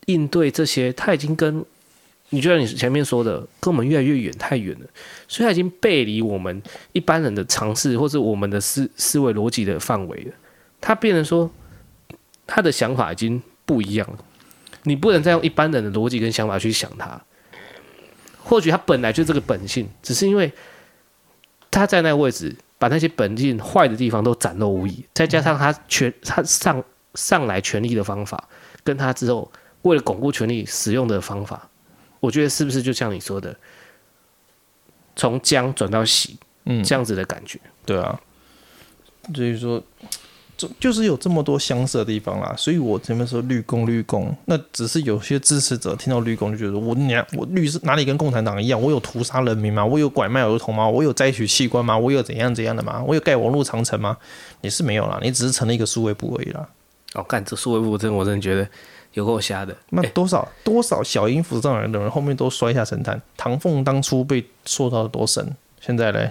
应对这些，他已经跟你就像你前面说的，跟我们越来越远，太远了，所以他已经背离我们一般人的常识或者我们的思思维逻辑的范围了。他变成说，他的想法已经不一样了。你不能再用一般人的逻辑跟想法去想他。或许他本来就这个本性，只是因为他在那个位置，把那些本性坏的地方都展露无遗，再加上他权他上上来权力的方法，跟他之后为了巩固权力使用的方法，我觉得是不是就像你说的，从僵转到喜，嗯，这样子的感觉？ 对啊，所以说。就是有这么多相似的地方啦，所以我前面说绿共绿共，那只是有些支持者听到绿共就觉得我娘我绿是哪里跟共产党一样？我有屠杀人民吗？我有拐卖儿童吗？我有摘取器官吗？我有怎样怎样的吗？我有盖网络长城吗？你是没有啦，你只是成了一个数位部而已啦。 哦，干这数位部真我真的觉得有够瞎的。 那多少、欸、多少小英扶上来的人后面都摔下神坛。唐凤当初被塑造的多神，现在嘞？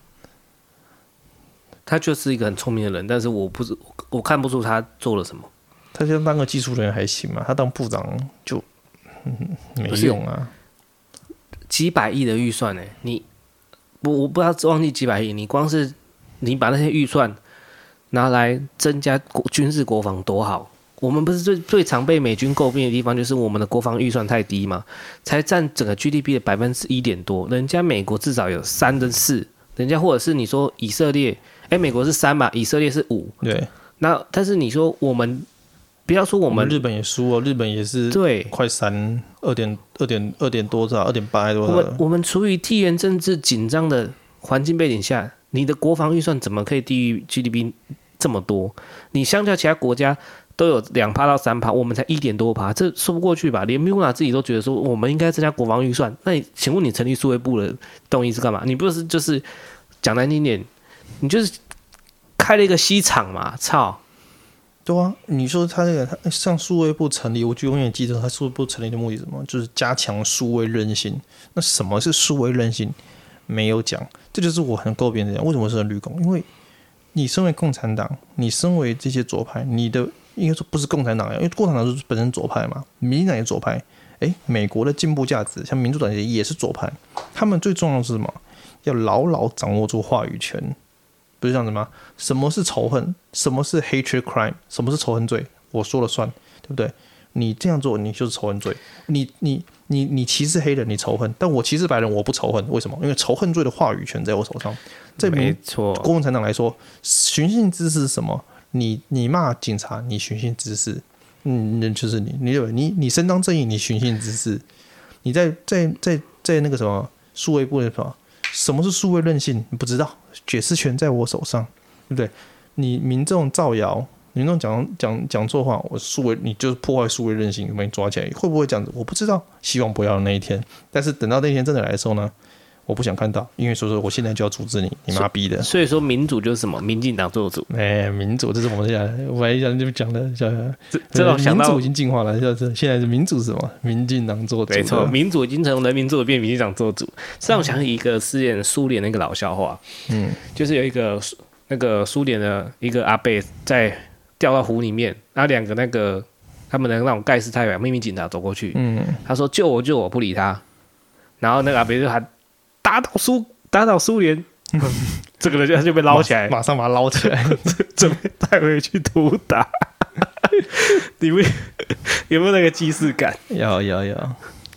他就是一个很聪明的人，但是我不我看不出他做了什么。 他现在当个技术人员还行嘛，他当部长就、嗯、没用啊。 几百亿的预算呢、欸？你我我不要忘记几百亿，你光是你把那些预算拿来增加军事国防多好。我们不是最最常被美军诟病的地方，就是我们的国防预算太低嘛，才占整个 G D P 的百分之一点多，人家美国至少有三跟四，人家或者是你说以色列。哎，美国是三嘛，以色列是五。 对， 那但是你说我们，不要说我们， 我们日本也输哦，日本也是对快三二点二点二点多少，二点八多少。 我们我们处于地缘政治紧张的环境背景下，你的国防预算怎么可以低于 G D P 这么多？你相较其他国家都有两趴到三趴，我们才一点多趴，这说不过去吧？连 Muna 自己都觉得说我们应该增加国防预算。那你请问你成立数位部的动机是干嘛？你不是就是讲难听点？你就是开了一个西厂嘛，操！ 对啊，你说他那个他上数位部成立，我就永远记得他数位部成立的目的是什么，就是加强数位韧性。那什么是数位韧性？没有讲，这就是我很诟病的。为什么是绿共？因为你身为共产党，你身为这些左派，你的应该说不是共产党，因为共产党是本身左派嘛，民进党也左派。哎，美国的进步价值，像民主党也是左派，他们最重要的是什么？要牢牢掌握住话语权。不是这样子吗？什么是仇恨？什么是 hatred crime？ 什么是仇恨罪？我说了算，对不对？你这样做，你就是仇恨罪。你你你你歧视黑人，你仇恨；但我歧视白人，我不仇恨。为什么？因为仇恨罪的话语权在我手上。在没错， 共产党来说，寻衅滋事是什么？你你骂警察，你寻衅滋事，嗯，就是你你你你伸张正义，你寻衅滋事。你在在在在那个什么数位部的什么？什么是数位韧性？你不知道，解释权在我手上，对不对？你民众造谣，民众讲讲讲错话，我数位你就是破坏数位韧性，把你抓起来，会不会这样子？我不知道，希望不要那一天。但是等到那一天真的来的时候呢，我不想看到，因为说说我现在就要阻止你，你妈逼的。 所以说民主就是什么？民进党做主。 哎、欸，民主这是我们讲，我还讲就讲的，讲这这种想到民主已经进化了，就是现在是民主是什么？民进党做主。 没错，民主已经从人民做主变民进党做主。这让我想起一个苏联苏联那个老笑话，嗯，就是有一个那个苏联的一个阿伯在掉到湖里面，然后两个那个他们的那种盖世太保秘密警察走过去，嗯，他说救我救我，不理他，然后那个阿伯就喊打倒苏打倒苏联。这个人就被捞起来， 马上把他捞起来， 准备带回去毒打。你们有没有那个既视感？ 有有有。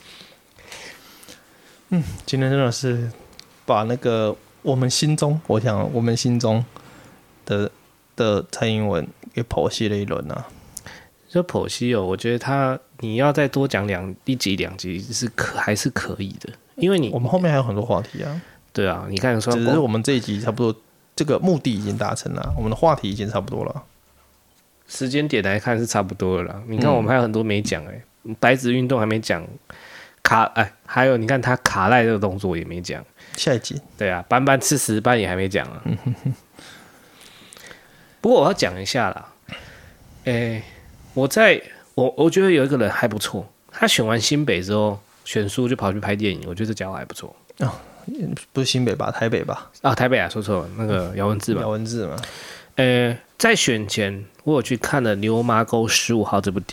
嗯，今天真的是把那个我们心中，我想我们心中的的蔡英文给剖析了一轮啊。 就剖析哦，我觉得他你要再多讲两一集两集是可还是可以的，因为你我们后面还有很多话题啊。 对啊，你看说， 只是我们这一集差不多，这个目的已经达成了，我们的话题已经差不多了。 时间点来看是差不多了啦。你看我们还有很多没讲哎、欸，白纸运动还没讲，卡哎，还有你看他卡赖这个动作也没讲。 下一集， 对啊，班班吃屎班也还没讲啊。不过我要讲一下啦，哎、欸，我在我我觉得有一个人还不错，他选完新北之后选输就跑去拍电影，我觉得这家伙还不错。 哦，不是新北吧？台北吧？ 啊，台北啊，说错了，那个姚文智嘛。 姚文智嘛。 呃，在选前我有去看了《牛麻沟十五号》这部电影。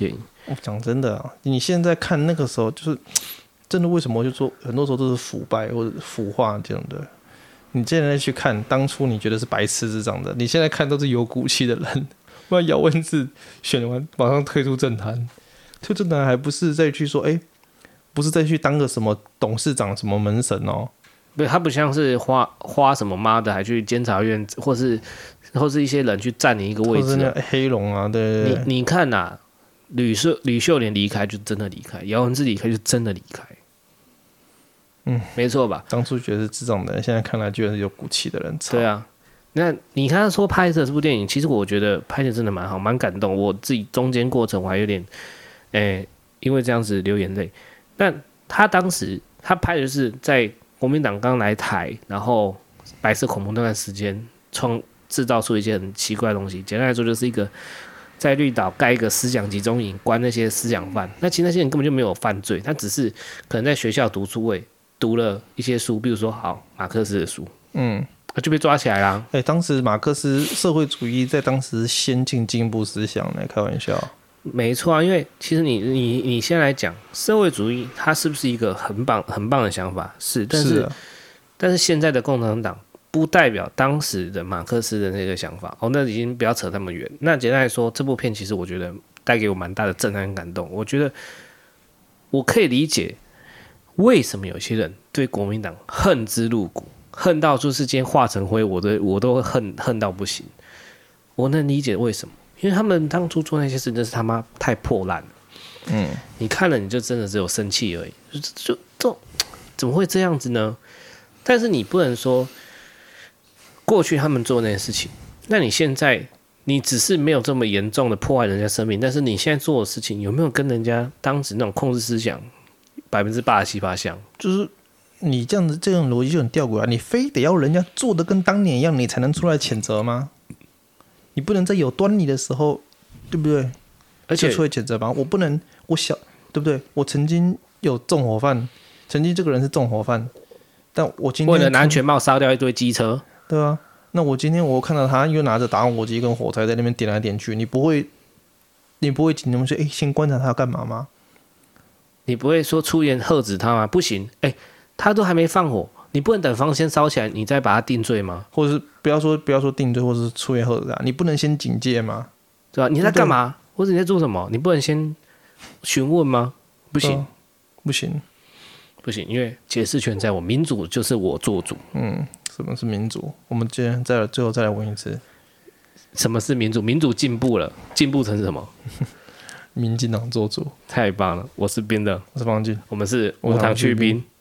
我讲真的啊，你现在看那个时候，就是真的为什么就说很多时候都是腐败或者腐化这样的。你现在去看当初你觉得是白痴智障的，你现在看都是有骨气的人。不然姚文智选完马上退出政坛，退出政坛还不是再去说，哎、欸，不是再去当个什么董事长、什么门神哦。 对，他不像是花花什么妈的，还去监察院，或是或是一些人去占你一个位置、啊， 或是那黑龙啊，对对对。 你你看呐、啊，吕秀吕秀莲离开就真的离开，姚文智离开就真的离开。嗯，没错吧？ 当初觉得是智障的人，现在看来居然是有骨气的人。 对啊，那你看他说拍摄这部电影，其实我觉得拍的真的蛮好，蛮感动。我自己中间过程我还有点，诶、欸，因为这样子流眼泪。但他当时他拍的就是在国民党刚来台，然后白色恐怖那段时间，创制造出一些很奇怪的东西。简单来说，就是一个在绿岛盖一个思想集中营，关那些思想犯。那其实那些人根本就没有犯罪，他只是可能在学校读书会读了一些书，比如说好马克思的书，嗯，就被抓起来啦。 哎、欸，当时马克思社会主义在当时先进进步思想呢，开玩笑。 没错啊，因为其实你你你先来讲社会主义，它是不是一个很棒很棒的想法？是，但是, 是、啊、但是现在的共产党不代表当时的马克思的那个想法。哦，那已经不要扯那么远。那简单来说，这部片其实我觉得带给我蛮大的震撼感动。我觉得我可以理解为什么有些人对国民党恨之入骨，恨到就是今天化成灰，我都我都恨恨到不行。我能理解为什么。因为他们当初做那些事真是他妈太破烂了，嗯，你看了你就真的只有生气而已，就就就怎么会这样子呢？但是你不能说过去他们做那件事情，那你现在你只是没有这么严重的破坏人家生命，但是你现在做的事情有没有跟人家当时那种控制思想百分之八十七八像？ 就是你这样子这种逻辑就很吊诡啊！你非得要人家做的跟当年一样，你才能出来谴责吗？你不能在有端倪的时候，对不对？而且出来谴责吧，我不能，我小，对不对？我曾经有纵火犯，曾经这个人是纵火犯，但我今天为了拿安全帽杀掉一堆机车， 对啊。那我今天我看到他又拿着打火机跟火柴在那边点来点去，你不会，你不会紧张说，哎，先观察他要干嘛吗？ 你不会说出言喝止他吗？不行，哎，他都还没放火。你不能等房先烧起来，你再把他定罪吗？ 或者是不要说不要说定罪，或者是出言喝止他，你不能先警戒吗？ 对吧？你在干嘛？或者你在做什么？你不能先询问吗？不行， 不行， 不行，因为解释权在我，民主就是我做主。 嗯，什么是民主？我们今天再最后再来问一次， 什么是民主？民主进步了，进步成什么？ 民进党做主， 太棒了！我是冰的， 我是方进， 我们是无糖去冰。